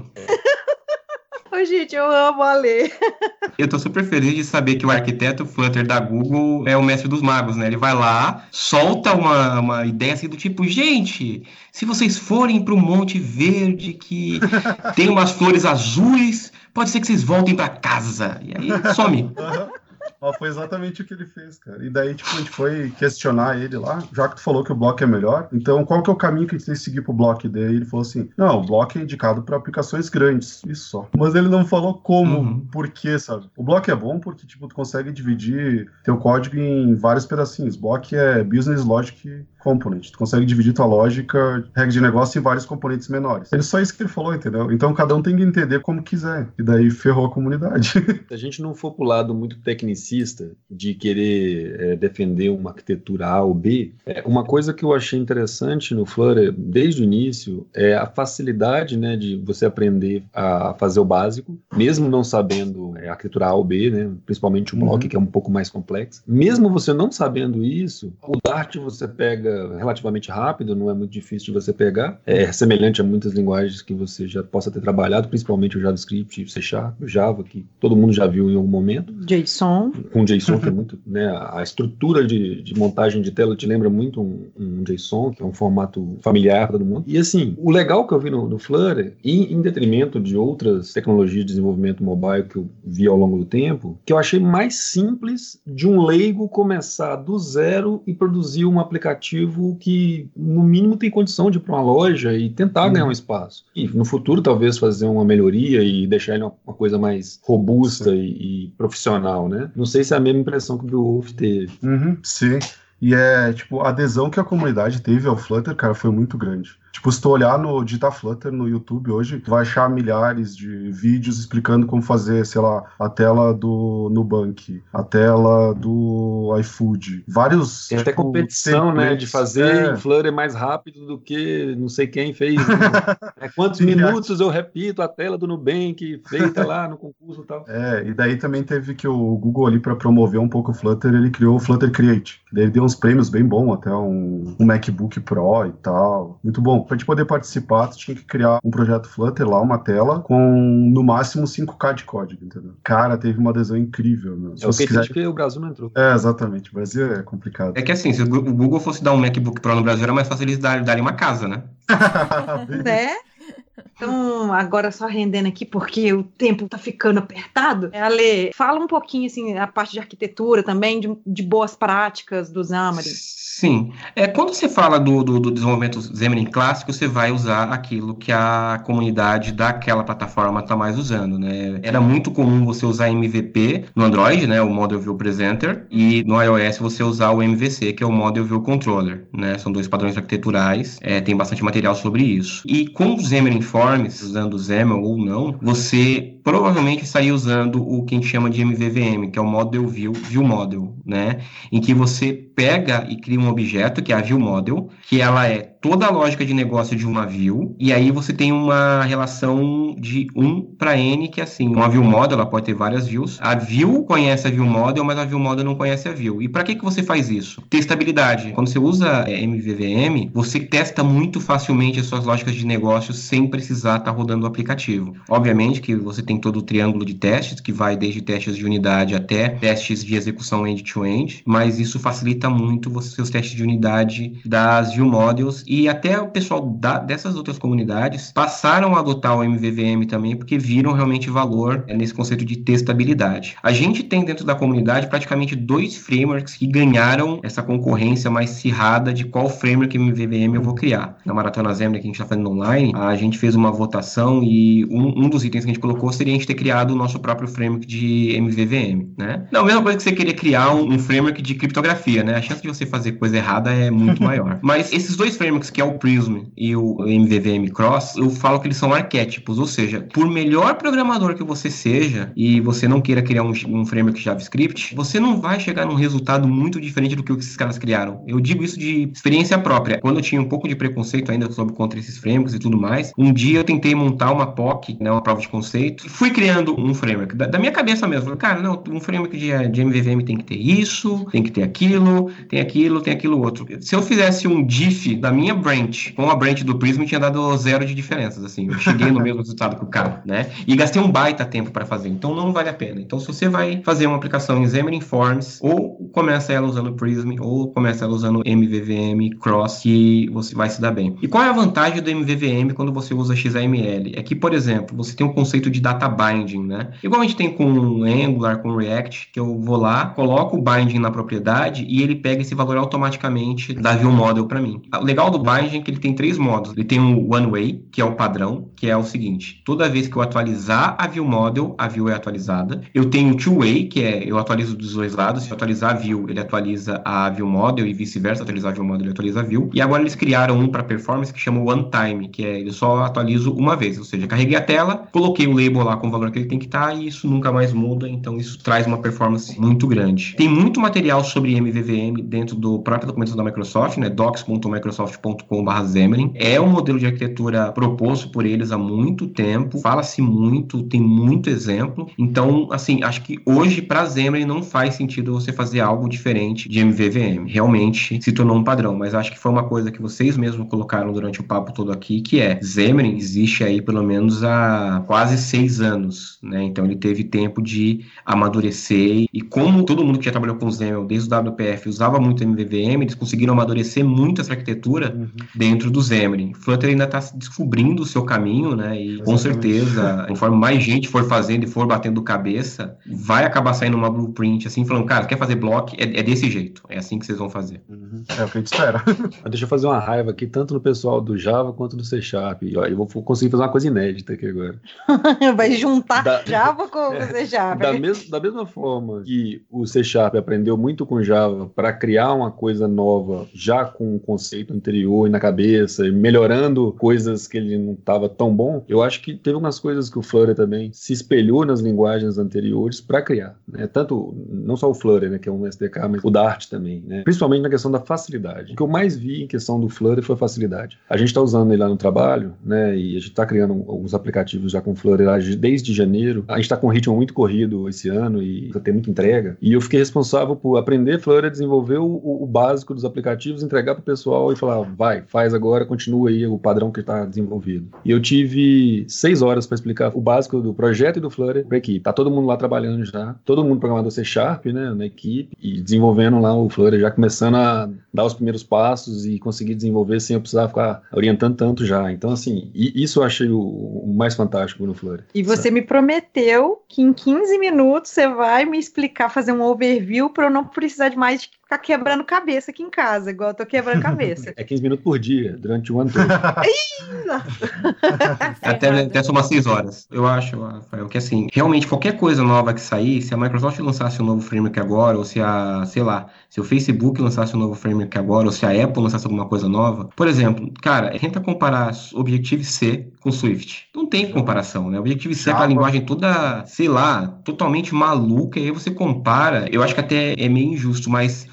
Ô, gente, eu amo a Lê. Eu tô super feliz de saber que o arquiteto Flutter da Google é o mestre dos magos, né? Ele vai lá, solta uma, uma ideia assim do tipo, gente, se vocês forem pro Monte Verde que tem umas flores azuis, pode ser que vocês voltem pra casa. E aí some. Uhum. Ó, foi exatamente o que ele fez, cara. E daí, tipo, a gente foi questionar ele lá, já que tu falou que o Block é melhor, então qual que é o caminho que a gente tem que seguir pro Block? Daí ele falou assim, não, o Block é indicado para aplicações grandes, isso só. Mas ele não falou como, uhum. por quê, sabe? O Block é bom porque, tipo, tu consegue dividir teu código em vários pedacinhos. Block é Business Logic Component. Tu consegue dividir tua lógica, regra de negócio em vários componentes menores. É só isso que ele falou, entendeu? Então cada um tem que entender como quiser. E daí ferrou a comunidade. Se a gente não for pro lado muito tecnicista de querer é, defender uma arquitetura A ou B, é, uma coisa que eu achei interessante no Flutter desde o início é a facilidade, né, de você aprender a fazer o básico, mesmo não sabendo é, a arquitetura A ou B, né, principalmente o Block, uhum. que é um pouco mais complexo. Mesmo você não sabendo isso, o Dart você pega relativamente rápido, não é muito difícil de você pegar, é semelhante a muitas linguagens que você já possa ter trabalhado, principalmente o JavaScript, o C Sharp, o Java, que todo mundo já viu em algum momento. JSON. Com JSON, que é muito, né, a estrutura de, de montagem de tela te lembra muito um, um JSON, que é um formato familiar para todo mundo. E assim, o legal que eu vi no, no Flutter, e em detrimento de outras tecnologias de desenvolvimento mobile que eu vi ao longo do tempo, que eu achei mais simples de um leigo começar do zero e produzir um aplicativo que, no mínimo, tem condição de ir para uma loja e tentar uhum. ganhar um espaço. E no futuro, talvez, fazer uma melhoria e deixar ele uma, uma coisa mais robusta e, e profissional, né? Não sei se é a mesma impressão que o Beowulf teve. Uhum, sim. E é, tipo, a adesão que a comunidade teve ao Flutter, cara, foi muito grande. Tipo, se tu olhar no digitar Flutter no YouTube hoje, tu vai achar milhares de vídeos explicando como fazer, sei lá, a tela do Nubank, a tela do iFood. Vários, Tem tipo, até competição, né, de fazer é. em Flutter mais rápido do que não sei quem fez. Né? é, quantos Sim, minutos é. eu repito a tela do Nubank feita lá no concurso e tal. É, e daí também teve que o Google ali, para promover um pouco o Flutter, ele criou o Flutter Create. Daí ele deu uns prêmios bem bons, até um, um MacBook Pro e tal. Muito bom. Pra gente poder participar, tu tinha que criar um projeto Flutter lá, uma tela, com no máximo cinco K de código, entendeu? Cara, teve uma adesão incrível, meu. Se é o que quiser... que o Brasil não entrou. É, exatamente. O Brasil é complicado. É que assim, se o Google fosse dar um MacBook Pro no Brasil, era mais fácil eles darem uma casa, né? Né? Então, agora só rendendo aqui, porque o tempo tá ficando apertado. Ale, fala um pouquinho, assim, a parte de arquitetura também, de, de boas práticas do Xamarin. Sim. É, quando você fala do, do, do desenvolvimento Xamarin clássico, você vai usar aquilo que a comunidade daquela plataforma está mais usando, né? Era muito comum você usar M V P no Android, né, o Model View Presenter, e no iOS você usar o M V C, que é o Model View Controller, né? São dois padrões arquiteturais, é, tem bastante material sobre isso. E com o Xamarin Forms, usando o XAML ou não, você provavelmente estaria usando o que a gente chama de M V V M, que é o Model View, View Model, né? Em que você pega e cria um objeto, que é a View Model, que ela é toda a lógica de negócio de uma view, e aí você tem uma relação de um para N, que é assim, uma View Model, ela pode ter várias views, a view conhece a View Model, mas a View Model não conhece a view. E para que que você faz isso? Testabilidade. Quando você usa é, M V V M, você testa muito facilmente as suas lógicas de negócio sem precisar estar tá rodando o aplicativo. Obviamente que você tem tem todo o triângulo de testes, que vai desde testes de unidade até testes de execução end-to-end, mas isso facilita muito os seus testes de unidade das view models, e até o pessoal da, dessas outras comunidades passaram a adotar o M V V M também, porque viram realmente valor é, nesse conceito de testabilidade. A gente tem dentro da comunidade praticamente dois frameworks que ganharam essa concorrência mais acirrada de qual framework M V V M eu vou criar. Na Maratona Xamarin que a gente está fazendo online, a gente fez uma votação e um, um dos itens que a gente colocou seria a gente ter criado o nosso próprio framework de M V V M, né? Não, a mesma coisa que você querer criar um, um framework de criptografia, né? A chance de você fazer coisa errada é muito maior. Mas esses dois frameworks, que é o Prism e o M V V M Cross, eu falo que eles são arquétipos, ou seja, por melhor programador que você seja e você não queira criar um, um framework JavaScript, você não vai chegar num resultado muito diferente do que esses caras criaram. Eu digo isso de experiência própria. Quando eu tinha um pouco de preconceito ainda sobre contra esses frameworks e tudo mais, um dia eu tentei montar uma P O C, né, uma prova de conceito, e fui criando um framework, da, da minha cabeça mesmo. Falei, cara, não, um framework de, de M V V M tem que ter isso, tem que ter aquilo, tem aquilo, tem aquilo outro. Se eu fizesse um diff da minha branch com a branch do Prism, tinha dado zero de diferenças, assim. Eu cheguei no mesmo resultado que o cara, né? E gastei um baita tempo para fazer, então não vale a pena. Então, se você vai fazer uma aplicação em Xamarin Forms, ou começa ela usando Prism, ou começa ela usando M V V M Cross, que você vai se dar bem. E qual é a vantagem do M V V M quando você usa X M L? É que, por exemplo, você tem um conceito de data binding, né? Igual a gente tem com Angular, com React, que eu vou lá, coloco o binding na propriedade e ele pega esse valor automaticamente da view model para mim. O legal do binding é que ele tem três modos. Ele tem um one way, que é o padrão, que é o seguinte: toda vez que eu atualizar a view model, a view é atualizada. Eu tenho o two way, que é eu atualizo dos dois lados. Se eu atualizar a view, ele atualiza a view model, e vice-versa, atualizar a view model, ele atualiza a view. E agora eles criaram um para performance que chama one time, que é eu só atualizo uma vez, ou seja, carreguei a tela, coloquei o label lá com o valor que ele tem que estar, e isso nunca mais muda, então isso traz uma performance muito grande. Tem muito material sobre M V V M dentro do próprio documento da Microsoft, né, docs ponto microsoft ponto com barra Xamarin. É um modelo de arquitetura proposto por eles há muito tempo, fala-se muito, tem muito exemplo. Então, assim, acho que hoje para Xamarin não faz sentido você fazer algo diferente de M V V M. Realmente se tornou um padrão, mas acho que foi uma coisa que vocês mesmos colocaram durante o papo todo aqui, que é, Xamarin existe aí pelo menos há quase seis anos, né? Então ele teve tempo de amadurecer, e como todo mundo que já trabalhou com Xamarin desde o W P F usava muito M V V M, eles conseguiram amadurecer muito essa arquitetura uhum. dentro do Xamarin. Flutter ainda está descobrindo o seu caminho, né? E com certeza, conforme mais gente for fazendo e for batendo cabeça, vai acabar saindo uma blueprint assim, falando, cara, quer fazer block? É, é desse jeito, é assim que vocês vão fazer. Uhum. É o que a gente espera. Deixa eu fazer uma raiva aqui, tanto no pessoal do Java quanto do C Sharp. E, ó, eu vou conseguir fazer uma coisa inédita aqui agora. Vai juntar da, Java com é, o C Sharp. Da, mes, da mesma forma que o C Sharp aprendeu muito com Java para criar uma coisa nova, já com o conceito anterior e na cabeça, e melhorando coisas que ele não estava tão bom, eu acho que teve umas coisas que o Flutter também se espelhou nas linguagens anteriores para criar, né? Tanto, não só o Flutter, né, que é um S D K, mas o Dart também, né? Principalmente na questão da facilidade. O que eu mais vi em questão do Flutter foi a facilidade. A gente está usando ele lá no trabalho, né, e a gente está criando alguns aplicativos já com Flutter desde janeiro. A gente está com um ritmo muito corrido esse ano e tem muita entrega. E eu fiquei responsável por aprender Flutter, desenvolver o, o básico dos aplicativos, entregar para o pessoal e falar, vai, faz agora, continua aí o padrão que está desenvolvido. E eu tive seis horas para explicar o básico do projeto e do Flutter para a equipe. Tá todo mundo lá trabalhando já, todo mundo programador C Sharp, né, na equipe, e desenvolvendo lá o Flutter, já começando a dar os primeiros passos e conseguir desenvolver sem eu precisar ficar orientando tanto já. Então, assim, isso eu achei o, o mais fantástico no Flutter. E você sabe? Me prometeu que em quinze minutos você vai me explicar, fazer um overview para eu não precisar de mais ficar quebrando cabeça aqui em casa, igual eu tô quebrando cabeça. É quinze minutos por dia, durante o ano todo. até, até somar seis horas. Eu acho, Rafael, que assim, realmente qualquer coisa nova que sair, se a Microsoft lançasse um novo framework agora, ou se a, sei lá, se o Facebook lançasse um novo framework agora, ou se a Apple lançasse alguma coisa nova, por exemplo, cara, tenta comparar Objective-C com Swift. Não tem comparação, né? Objective-C é aquela linguagem toda, sei lá, totalmente maluca, e aí você compara, eu acho que até é meio injusto, mas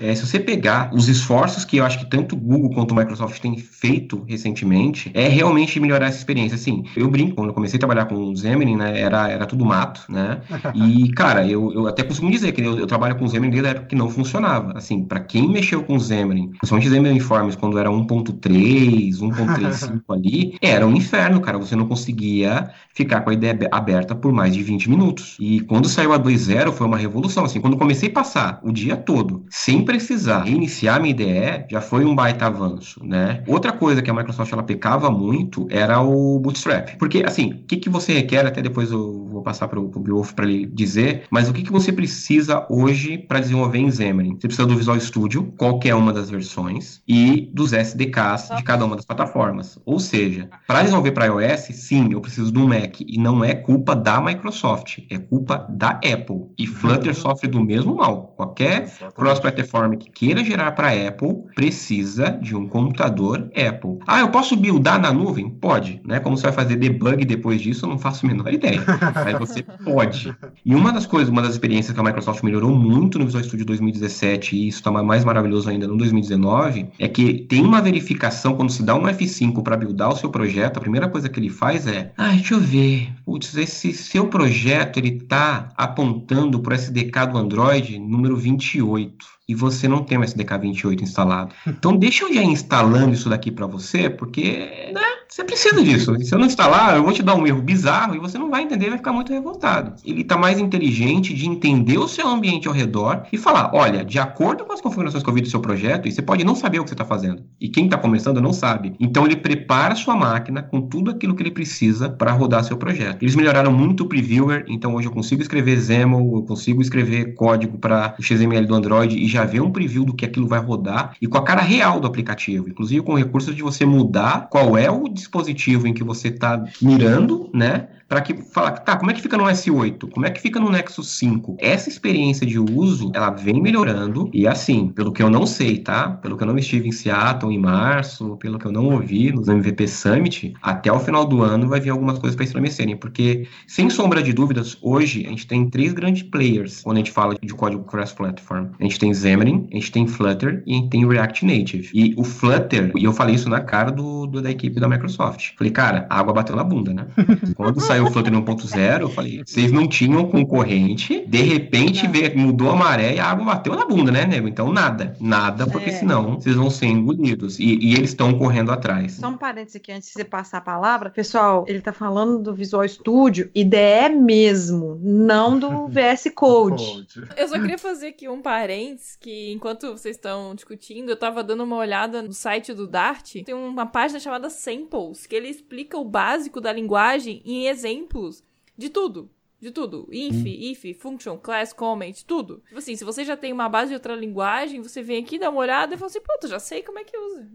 É, se você pegar os esforços que eu acho que tanto o Google quanto o Microsoft têm feito recentemente, é realmente melhorar essa experiência. Assim, eu brinco, quando eu comecei a trabalhar com o Xamarin, né, era, era tudo mato, né? E, cara, eu, eu até costumo dizer que eu, eu trabalho com o Xamarin desde a época que não funcionava. Assim, pra quem mexeu com o Xamarin, principalmente o Xamarin Forms, quando era um ponto três, um ponto trinta e cinco ali, era um inferno, cara. Você não conseguia ficar com a ideia aberta por mais de vinte minutos. E quando saiu a dois ponto zero, foi uma revolução. Assim, quando eu comecei a passar o dia todo, sem precisar reiniciar minha I D E, já foi um baita avanço, né? Outra coisa que a Microsoft, ela pecava muito, era o Bootstrap. Porque, assim, o que, que você requer, até depois eu vou passar para o Beowulf para ele dizer, mas o que, que você precisa hoje para desenvolver em Xamarin? Você precisa do Visual Studio, qualquer uma das versões, e dos S D Ks de cada uma das plataformas. Ou seja, para desenvolver para iOS, sim, eu preciso de um Mac, e não é culpa da Microsoft, é culpa da Apple. E Flutter sofre do mesmo mal. Qualquer cross-platform que queira gerar para Apple precisa de um computador Apple. Ah, eu posso buildar na nuvem? Pode, né? Como você vai fazer debug depois disso, eu não faço a menor ideia. Mas você pode. E uma das coisas, uma das experiências que a Microsoft melhorou muito no Visual Studio dois mil e dezessete, e isso está mais maravilhoso ainda no dois mil e dezenove, é que tem uma verificação, quando se dá um F cinco para buildar o seu projeto, a primeira coisa que ele faz é, ah, deixa eu ver, putz, esse seu projeto, ele tá apontando para o S D K do Android número vinte e oito. E você não tem o S D K vinte e oito instalado. Então, deixa eu já ir instalando isso daqui para você, porque, né, você precisa disso. Se eu não instalar, eu vou te dar um erro bizarro e você não vai entender, vai ficar muito revoltado. Ele está mais inteligente de entender o seu ambiente ao redor e falar, olha, de acordo com as configurações que eu vi do seu projeto, e você pode não saber o que você está fazendo. E quem está começando não sabe. Então, ele prepara a sua máquina com tudo aquilo que ele precisa para rodar seu projeto. Eles melhoraram muito o Previewer, então hoje eu consigo escrever XAML, eu consigo escrever código para o X M L do Android e já ver um preview do que aquilo vai rodar e com a cara real do aplicativo, inclusive com o recurso de você mudar qual é o dispositivo em que você está mirando, né? Para que falar, tá, como é que fica no S oito? Como é que fica no Nexus cinco? Essa experiência de uso, ela vem melhorando e assim, pelo que eu não sei, tá? Pelo que eu não estive em Seattle em março, pelo que eu não ouvi nos M V P Summit, até o final do ano vai vir algumas coisas para estremecerem, porque sem sombra de dúvidas, hoje a gente tem três grandes players quando a gente fala de código cross-platform. A gente tem Xamarin, a gente tem Flutter e a gente tem React Native. E o Flutter, e eu falei isso na cara do, do da equipe da Microsoft. Falei, cara, a água bateu na bunda, né? Quando saiu o Flutter um ponto zero, eu falei, vocês não tinham concorrente, de repente veio, mudou a maré e a água bateu na bunda, né, nego? Então nada, nada, porque é. senão vocês vão ser engolidos. E, e eles estão correndo atrás. Só um parênteses aqui, antes de você passar a palavra. Pessoal, ele tá falando do Visual Studio I D E mesmo, não do V S Code. Eu só queria fazer aqui um parênteses, que enquanto vocês estão discutindo, eu tava dando uma olhada no site do Dart, tem uma página chamada Samples, que ele explica o básico da linguagem em exemplos de tudo. De tudo. Inf, hum. if, function, class, comment, tudo. Tipo assim, se você já tem uma base de outra linguagem, você vem aqui, dá uma olhada e fala assim, pronto, já sei como é que usa.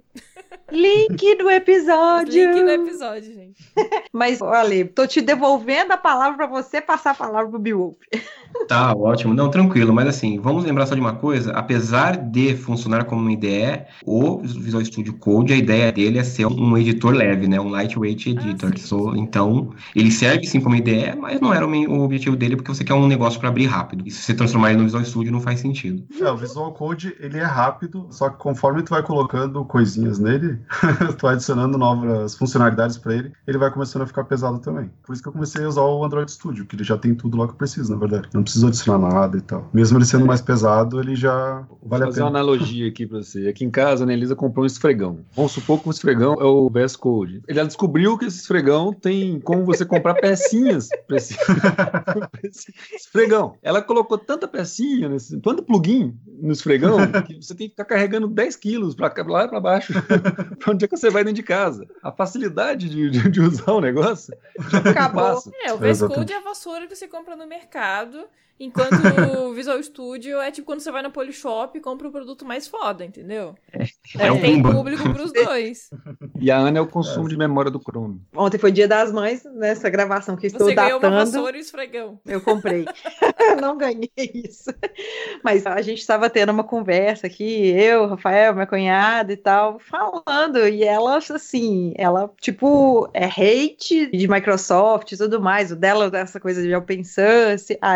Link do episódio. Link do episódio, gente. Mas, olha, tô te devolvendo a palavra pra você passar a palavra pro Beowulf. Tá, ótimo. Não, tranquilo. Mas assim, vamos lembrar só de uma coisa. Apesar de funcionar como uma I D E, o Visual Studio Code, a ideia dele é ser um editor leve, né? Um lightweight editor. Ah, so, então, ele serve sim como I D E, mas não era o objetivo dele porque você quer um negócio para abrir rápido. E se você transformar ele no Visual Studio, não faz sentido. É, o Visual Code, ele é rápido, só que conforme tu vai colocando coisinhas nele, tu vai adicionando novas funcionalidades para ele, ele vai começando a ficar pesado também. Por isso que eu comecei a usar o Android Studio, que ele já tem tudo lá que eu preciso, na verdade. Não preciso adicionar nada e tal. Mesmo ele sendo mais pesado, ele já vale a pena. Vou fazer uma analogia aqui pra você. Aqui em casa, a Nelisa comprou um esfregão. Vamos supor que o esfregão é o V S Code. Ele descobriu que esse esfregão tem como você comprar pecinhas pra esse, pra esse esfregão. Ela colocou tanta pecinha, nesse, tanto plugin no esfregão, que você tem que ficar carregando dez quilos pra lá e pra baixo, pra onde é que você vai dentro de casa. A facilidade de, de, de usar o negócio já acabou. É, o V S Code é a vassoura que você compra no mercado, enquanto o Visual Studio é tipo quando você vai no Polishop e compra o produto mais foda, entendeu? É, é um tem público pros dois. E a Ana é o consumo é. de memória do Chrome. Ontem foi dia das mães, nessa gravação que estou você datando. Você ganhou uma vassoura e esfregão. Eu comprei. Não ganhei isso. Mas a gente estava tendo uma conversa aqui, eu, Rafael, minha cunhada e tal, falando, e ela, assim, ela, tipo, é hate de Microsoft e tudo mais, o dela, essa coisa de open source, aí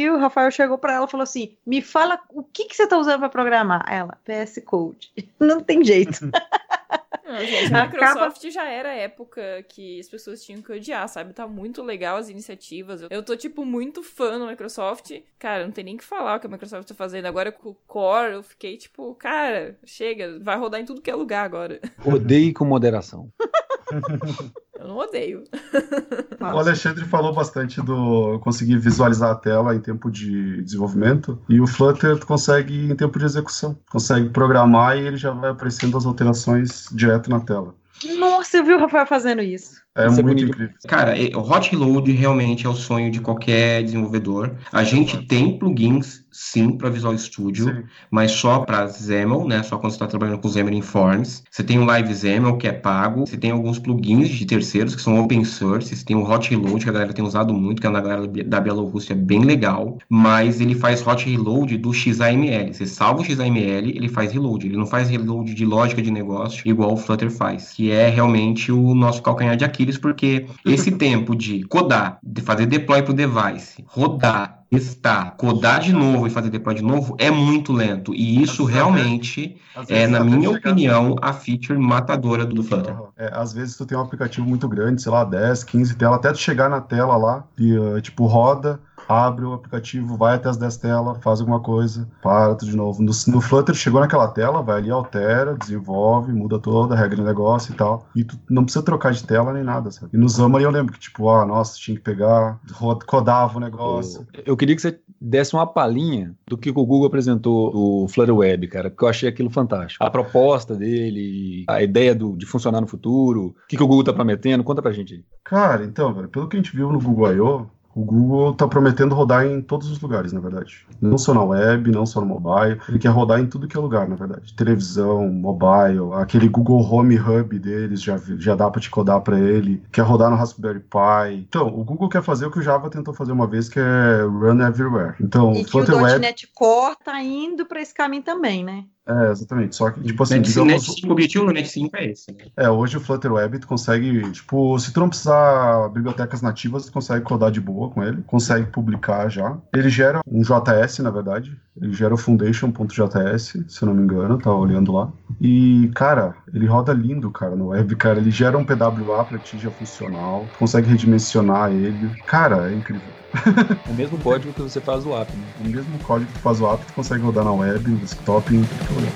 dia o Rafael chegou pra ela e falou assim, me fala o que, que você tá usando pra programar. Ela, P S Code. Não tem jeito. Não, gente, a Microsoft já era a época que as pessoas tinham que odiar, sabe? Tá muito legal as iniciativas. Eu tô, tipo, muito fã da Microsoft. Cara, não tem nem o que falar o que a Microsoft tá fazendo. Agora com o Core, eu fiquei, tipo, cara, chega, vai rodar em tudo que é lugar agora. Odeie com moderação. Eu não odeio. O Alexandre falou bastante do conseguir visualizar a tela em tempo de desenvolvimento, e o Flutter consegue em tempo de execução. Consegue programar e ele já vai aparecendo as alterações direto na tela. Nossa, eu vi o Rafael fazendo isso. É Isso é muito bonito. incrível. Cara, o hot reload realmente é o sonho de qualquer desenvolvedor. A gente tem plugins, sim, para Visual Studio, Sim. mas só para XAML, né? Só quando você está trabalhando com Xamarin Forms. Você tem o Live XAML, que é pago. Você tem alguns plugins de terceiros, que são open source. Você tem o hot reload, que a galera tem usado muito, que é na galera da Bielorrússia, é bem legal. Mas ele faz hot reload do X A M L. Você salva o X A M L, ele faz reload. Ele não faz reload de lógica de negócio, igual o Flutter faz. Que é realmente o nosso calcanhar de Aquiles, porque esse tempo de codar, de fazer deploy pro device, rodar, testar, codar de novo e fazer deploy de novo é muito lento. E isso realmente Às é, vezes na até minha chegar- opinião, a feature matadora do Flutter. É, às vezes tu tem um aplicativo muito grande, sei lá, dez, quinze telas, até tu chegar na tela lá e, uh, tipo, roda, abre o aplicativo, vai até as dez telas, faz alguma coisa, para tudo de novo. No, no Flutter, chegou naquela tela, vai ali, altera, desenvolve, muda toda a regra do negócio e tal. E tu não precisa trocar de tela nem nada, sabe? E no Xamarin eu lembro que, tipo, ah, nossa, tinha que pegar, ro- codava o negócio. Eu queria que você desse uma palhinha do que o Google apresentou o Flutter Web, cara, porque eu achei aquilo fantástico. A proposta dele, a ideia do, de funcionar no futuro, o que, que o Google tá prometendo, conta pra gente aí. Cara, então, velho, pelo que a gente viu no Google I O, o Google tá prometendo rodar em todos os lugares, na verdade. Não só na web, não só no mobile. Ele quer rodar em tudo que é lugar, na verdade. Televisão, mobile, aquele Google Home Hub deles, já, já dá pra te codar pra ele. Quer rodar no Raspberry Pi. Então, o Google quer fazer o que o Java tentou fazer uma vez, que é Run Everywhere. Então, E o que Flutter o Web... .NET Core tá indo pra esse caminho também, né? É, exatamente. Só que, tipo assim, Net, digamos... Net cinco, o objetivo do Net cinco é esse, né? É, hoje o Flutter Web tu consegue, tipo, se tu não precisar bibliotecas nativas, tu consegue codar de boa com ele, consegue publicar já. Ele gera um J S, na verdade, ele gera o foundation.js, se eu não me engano, tá olhando lá. E, cara, ele roda lindo, cara, no web, cara, ele gera um P W A pra ti já funcional, tu consegue redimensionar ele. Cara, é incrível. O mesmo código que você faz do app, né? O mesmo código que tu faz o app, tu consegue rodar na web, no desktop, em tudo que eu olhar.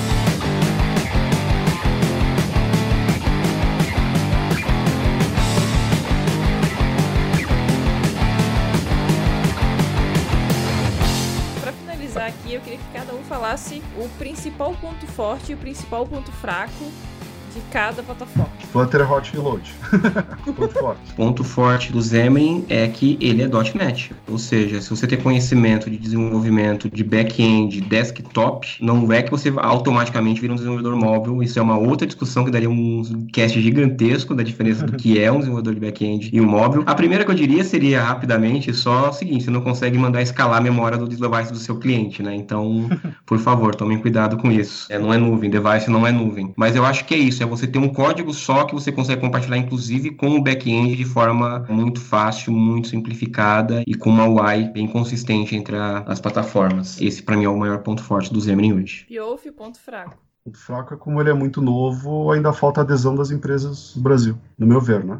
Pra finalizar aqui, eu queria que cada um falasse o principal ponto forte e o principal ponto fraco de cada plataforma. Flutter é hot reload. Ponto forte. Ponto forte do Xamarin é que ele é .NET, ou seja, se você tem conhecimento de desenvolvimento de back-end, desktop, não é que você automaticamente vira um desenvolvedor móvel. Isso é uma outra discussão que daria um cast gigantesco da diferença do que é um desenvolvedor de back-end e um móvel. A primeira que eu diria seria, rapidamente, só o seguinte: você não consegue mandar escalar a memória do device do seu cliente, né? Então, por favor, tomem cuidado com isso. É, não é nuvem, device não é nuvem. Mas eu acho que é isso, é você ter um código só que você consegue compartilhar, inclusive, com o back-end de forma muito fácil, muito simplificada e com uma U I bem consistente entre a, as plataformas. Esse, para mim, é o maior ponto forte do Xamarin hoje. Beowulf, ponto fraco. O fraco é como ele é muito novo, ainda falta adesão das empresas do Brasil, no meu ver, né?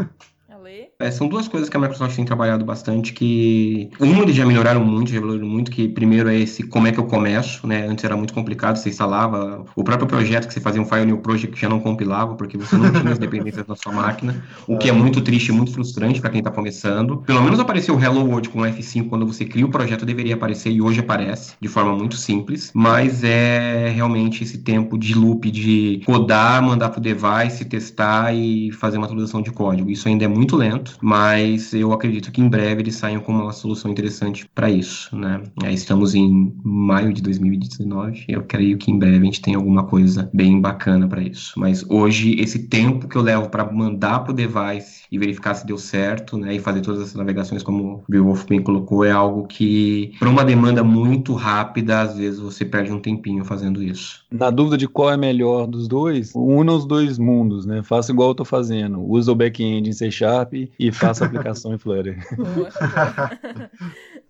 Ale? É, são duas coisas que a Microsoft tem trabalhado bastante, que um, eles já melhoraram muito, já evoluíram muito, que primeiro é esse como é que eu começo, né? Antes era muito complicado, você instalava o próprio projeto que você fazia um File New Project que já não compilava, porque você não tinha as dependências da sua máquina, o que é muito triste e muito frustrante para quem está começando. Pelo menos apareceu o Hello World com o F cinco, quando você cria o projeto deveria aparecer, e hoje aparece, de forma muito simples, mas é realmente esse tempo de loop de codar, mandar pro device, testar e fazer uma atualização de código. Isso ainda é muito lento, mas eu acredito que em breve eles saiam com uma solução interessante para isso, né? Aí estamos em maio de dois mil e dezenove, eu creio que em breve a gente tem alguma coisa bem bacana para isso. Mas hoje, esse tempo que eu levo para mandar pro device e verificar se deu certo, né? E fazer todas essas navegações, como o Beowulf bem colocou, é algo que, para uma demanda muito rápida, às vezes você perde um tempinho fazendo isso. Na dúvida de qual é melhor dos dois, una os dois mundos, né? Faça igual eu tô fazendo. Usa o back-end em C Sharp e faça a aplicação em Flutter. Boa, boa.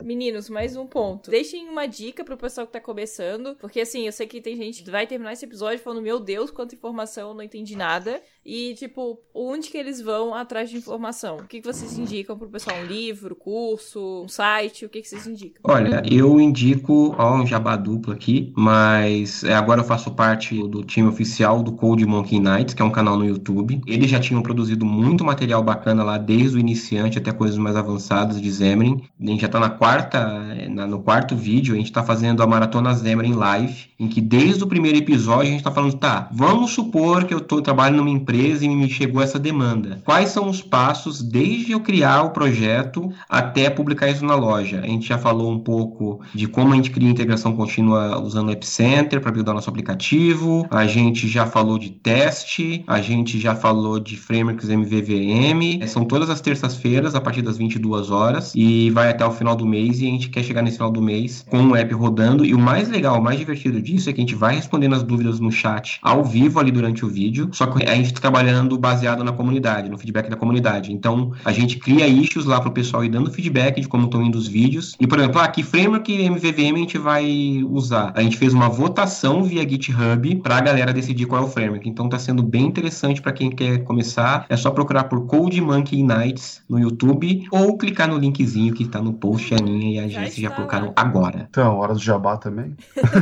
Meninos, mais um ponto. Deixem uma dica pro pessoal que tá começando, porque assim, eu sei que tem gente que vai terminar esse episódio falando, meu Deus, quanta informação, eu não entendi nada. E, tipo, onde que eles vão atrás de informação? O que, que vocês indicam pro pessoal? Um livro, curso, um site? O que, que vocês indicam? Olha, eu indico, ó, um jabá duplo aqui, mas é, agora eu faço parte do time oficial do Code Monkey Nights, que é um canal no YouTube. Eles já tinham produzido muito material bacana lá, desde o iniciante até coisas mais avançadas de Xamarin. A gente já tá na quarta, na, no quarto vídeo, a gente tá fazendo a Maratona Xamarin Live, em que desde o primeiro episódio a gente tá falando, tá, vamos supor que eu tô trabalhando numa empresa e me chegou essa demanda. Quais são os passos desde eu criar o projeto até publicar isso na loja? A gente já falou um pouco de como a gente cria integração contínua usando o Epicenter para buildar nosso aplicativo. A gente já falou de teste. A gente já falou de frameworks M V V M. São todas as terças-feiras, a partir das vinte e duas horas, e vai até o final do mês, e a gente quer chegar nesse final do mês com o app rodando. E o mais legal, o mais divertido disso é que a gente vai respondendo as dúvidas no chat ao vivo ali durante o vídeo, só que a gente trabalhando baseado na comunidade, no feedback da comunidade. Então, a gente cria issues lá para o pessoal ir dando feedback de como estão indo os vídeos. E, por exemplo, ah, que framework M V V M a gente vai usar? A gente fez uma votação via GitHub para a galera decidir qual é o framework. Então, está sendo bem interessante para quem quer começar. É só procurar por Code Monkey Nights no YouTube ou clicar no linkzinho que está no post. A Aninha e a Jessie já, já colocaram lá agora. Então, hora do jabá também.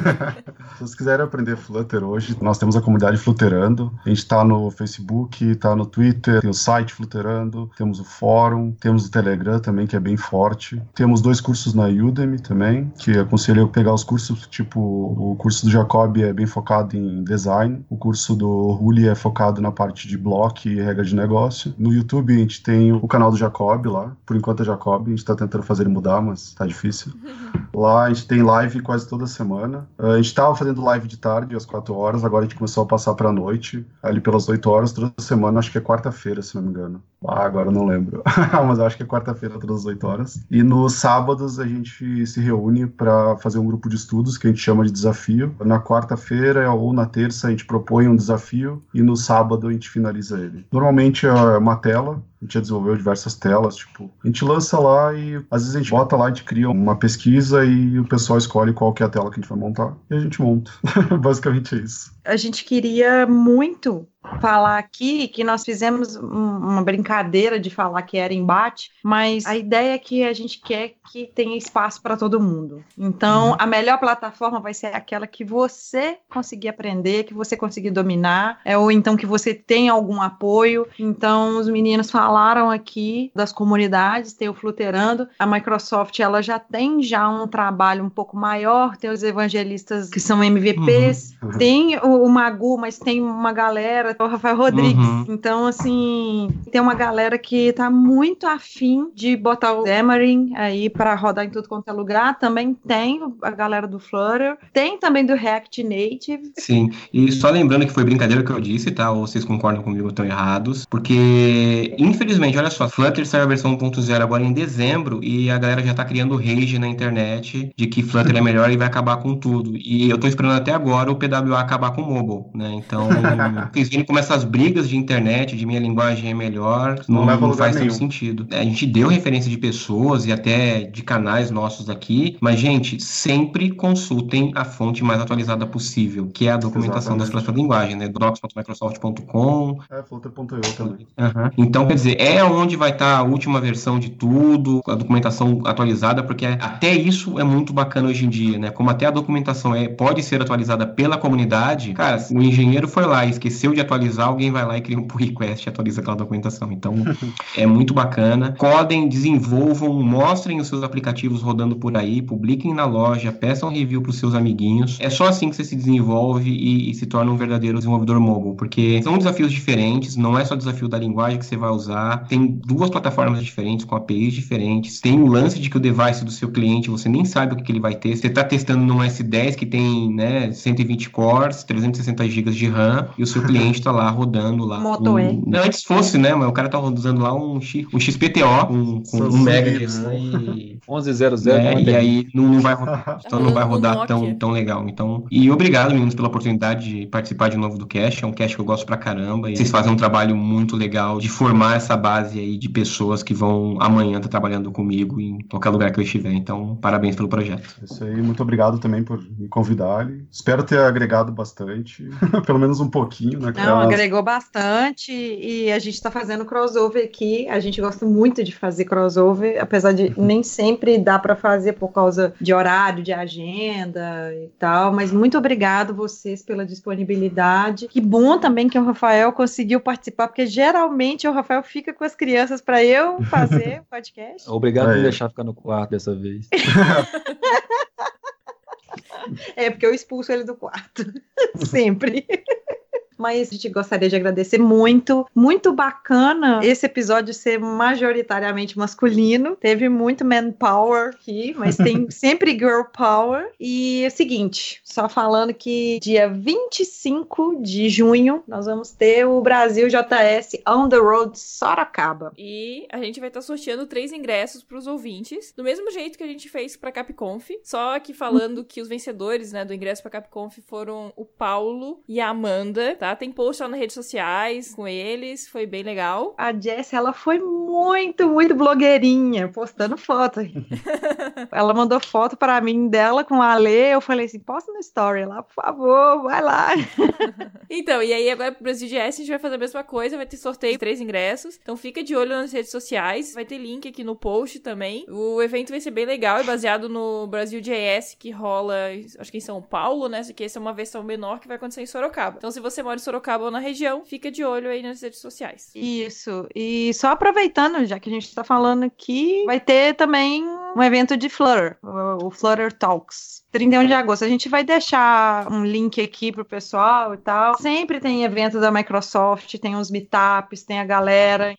Se vocês quiserem aprender Flutter hoje, nós temos a comunidade Flutterando. A gente está no Facebook, tá no Twitter, tem o site Flutterando, temos o fórum, temos o Telegram também, que é bem forte. Temos dois cursos na Udemy também, que aconselho eu pegar os cursos, tipo, o curso do Jacob é bem focado em design, o curso do Ruli é focado na parte de block e regra de negócio. No YouTube a gente tem o canal do Jacob lá, por enquanto é Jacob, a gente tá tentando fazer ele mudar, mas tá difícil. Lá a gente tem live quase toda semana. A gente tava fazendo live de tarde, às quatro horas, agora a gente começou a passar pra noite, ali pelas oito horas, toda semana, acho que é quarta-feira, se não me engano. Ah, agora eu não lembro. Mas acho que é quarta-feira, todas as oito horas. E nos sábados a gente se reúne para fazer um grupo de estudos que a gente chama de desafio. Na quarta-feira ou na terça a gente propõe um desafio e no sábado a gente finaliza ele. Normalmente é uma tela. A gente já desenvolveu diversas telas, tipo, a gente lança lá e às vezes a gente bota lá, a gente cria uma pesquisa e o pessoal escolhe qual que é a tela que a gente vai montar e a gente monta. Basicamente é isso. A gente queria muito falar aqui que nós fizemos uma brincadeira de falar que era embate, mas a ideia é que a gente quer que tenha espaço para todo mundo. Então, a melhor plataforma vai ser aquela que você conseguir aprender, que você conseguir dominar, é, ou então que você tenha algum apoio. Então, os meninos falaram aqui das comunidades, tem o Flutterando. A Microsoft, ela já tem já um trabalho um pouco maior, tem os evangelistas que são M V Ps, uhum. tem o, o Magu, mas tem uma galera, o Rafael Rodrigues. Uhum. Então, assim, tem uma galera que tá muito afim de botar o Xamarin aí para rodar em tudo quanto é lugar. Também tem a galera do Flutter, tem também do React Native. Sim, e só lembrando que foi brincadeira que eu disse, tá? Ou vocês concordam comigo, estão errados, porque, infelizmente, olha só, Flutter saiu a versão um ponto zero agora em dezembro e a galera já tá criando rage na internet de que Flutter é melhor e vai acabar com tudo. E eu tô esperando até agora o P W A acabar com o mobile, né? Então, vocês viram como essas brigas de internet, de minha linguagem é melhor, não, não, não faz tanto sentido. A gente deu referência de pessoas e até de canais nossos aqui, mas, gente, sempre consultem a fonte mais atualizada possível, que é a documentação das próprias linguagens, né? docs ponto microsoft ponto com. É, flutter ponto i o também. Uhum. Então, quer dizer, é onde vai estar a última versão de tudo, a documentação atualizada, porque até isso é muito bacana hoje em dia, né? Como até a documentação é, pode ser atualizada pela comunidade, cara, o engenheiro foi lá e esqueceu de atualizar, alguém vai lá e cria um pull request e atualiza aquela documentação. Então, é muito bacana. Codem, desenvolvam, mostrem os seus aplicativos rodando por aí, publiquem na loja, peçam review para os seus amiguinhos. É só assim que você se desenvolve e, e se torna um verdadeiro desenvolvedor mobile, porque são desafios diferentes, não é só desafio da linguagem que você vai usar, tem duas plataformas diferentes, com A P Is diferentes, tem o lance de que o device do seu cliente, você nem sabe o que, que ele vai ter, você está testando num S dez que tem, né, cento e vinte cores, trezentos e sessenta gigas de RAM, e o seu cliente gente tá lá rodando lá. Moto E. Um, não, antes fosse, né? Mas o cara tá usando lá um, X, um X P T O com, com um mega de RAM e... onze zero zero. É, e aí não, não vai rodar, então não vai rodar Nokia. tão, tão legal. Então, e obrigado, meninos, pela oportunidade de participar de novo do cast. É um cast que eu gosto pra caramba. E vocês fazem um trabalho muito legal de formar essa base aí de pessoas que vão amanhã estar trabalhando comigo em qualquer lugar que eu estiver. Então, parabéns pelo projeto. Isso aí, muito obrigado também por me convidar. Espero ter agregado bastante, pelo menos um pouquinho, né? Não, agregou bastante e a gente tá fazendo crossover aqui. A gente gosta muito de fazer crossover, apesar de nem sempre dá para fazer por causa de horário, de agenda e tal, mas muito obrigado vocês pela disponibilidade. Que bom também que o Rafael conseguiu participar, porque geralmente o Rafael fica com as crianças para eu fazer o podcast. Obrigado por Aí. me deixar ficar no quarto dessa vez. É, porque eu expulso ele do quarto. Sempre. Mas a gente gostaria de agradecer muito. Muito bacana esse episódio ser majoritariamente masculino. Teve muito manpower aqui, mas tem sempre girl power. E é o seguinte, só falando que dia vinte e cinco de junho nós vamos ter o Brasil J S On The Road Sorocaba. E a gente vai estar sorteando três ingressos pros ouvintes, do mesmo jeito que a gente fez pra Capconf, só que falando que os vencedores, né, do ingresso pra Capconf foram o Paulo e a Amanda, tá? Tem post lá nas redes sociais com eles, foi bem legal. A Jess, ela foi muito, muito blogueirinha, postando foto. Ela mandou foto para mim dela com a Ale, eu falei assim, posta no story lá, por favor, vai lá. Então, e aí agora pro Brasil J S a gente vai fazer a mesma coisa, vai ter sorteio de três ingressos, então fica de olho nas redes sociais, vai ter link aqui no post também. O evento vai ser bem legal, é baseado no Brasil J S que rola, acho que em São Paulo, né, que essa é uma versão menor que vai acontecer em Sorocaba. Então se você mora em Sorocaba ou na região, fica de olho aí nas redes sociais. Isso, e só aproveitando, já que a gente tá falando aqui, vai ter também um evento de Flutter, o, o Flutter Talks. trinta e um de agosto. A gente vai deixar um link aqui pro pessoal e tal. Sempre tem evento da Microsoft, tem uns meetups, tem a galera.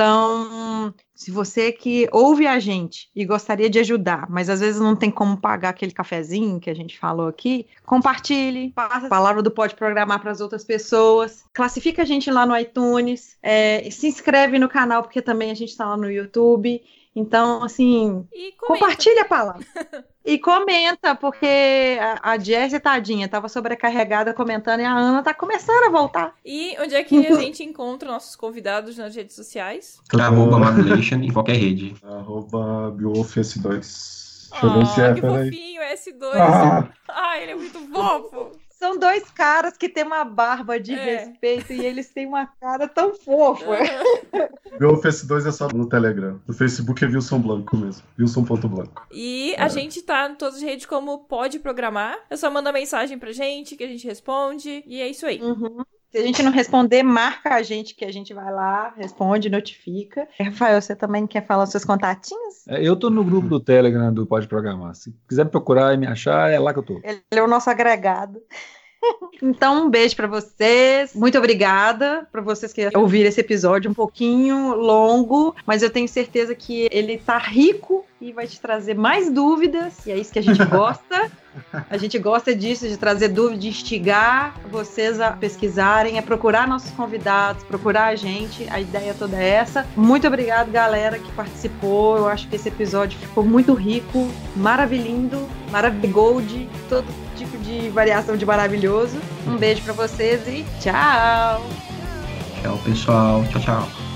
Então, se você que ouve a gente e gostaria de ajudar, mas às vezes não tem como pagar aquele cafezinho que a gente falou aqui, compartilhe, passa a palavra do Pode Programar para as outras pessoas, classifica a gente lá no iTunes, é, se inscreve no canal, porque também a gente tá lá no YouTube. Então, assim, compartilha a palavra. E comenta, porque a, a Jessie, tadinha, tava sobrecarregada comentando e a Ana tá começando a voltar. E onde é que a gente encontra nossos convidados nas redes sociais? Arroba Modulation em qualquer rede. Arroba Beowulf S dois. Deixa eu ver se Ah, é, que peraí. fofinho, S dois. Ah. Ai, ele é muito fofo. São dois caras que têm uma barba de É. respeito e eles têm uma cara tão fofa. Beowulf S dois é só no Telegram. No Facebook é Wilson Blanco mesmo. Wilson ponto Blanco. E a gente tá em todas as redes como Pode Programar. É só mandar mensagem pra gente que a gente responde. E é isso aí. Uhum. Se a gente não responder, marca a gente que a gente vai lá, responde, notifica. Rafael, você também quer falar os seus contatinhos? É, eu tô no grupo do Telegram do Pode Programar. Se quiser me procurar e me achar, é lá que eu tô. Ele é o nosso agregado. Então, um beijo pra vocês. Muito obrigada pra vocês que ouviram esse episódio um pouquinho longo, mas eu tenho certeza que ele tá rico e vai te trazer mais dúvidas, e é isso que a gente gosta. A gente gosta disso, de trazer dúvidas, de instigar vocês a pesquisarem, a procurar nossos convidados, procurar a gente. A ideia toda é essa. Muito obrigado, galera, que participou. Eu acho que esse episódio ficou muito rico, maravilhindo, maravigold, todo tipo de variação de maravilhoso. Um beijo pra vocês e tchau! Tchau, pessoal. Tchau, tchau.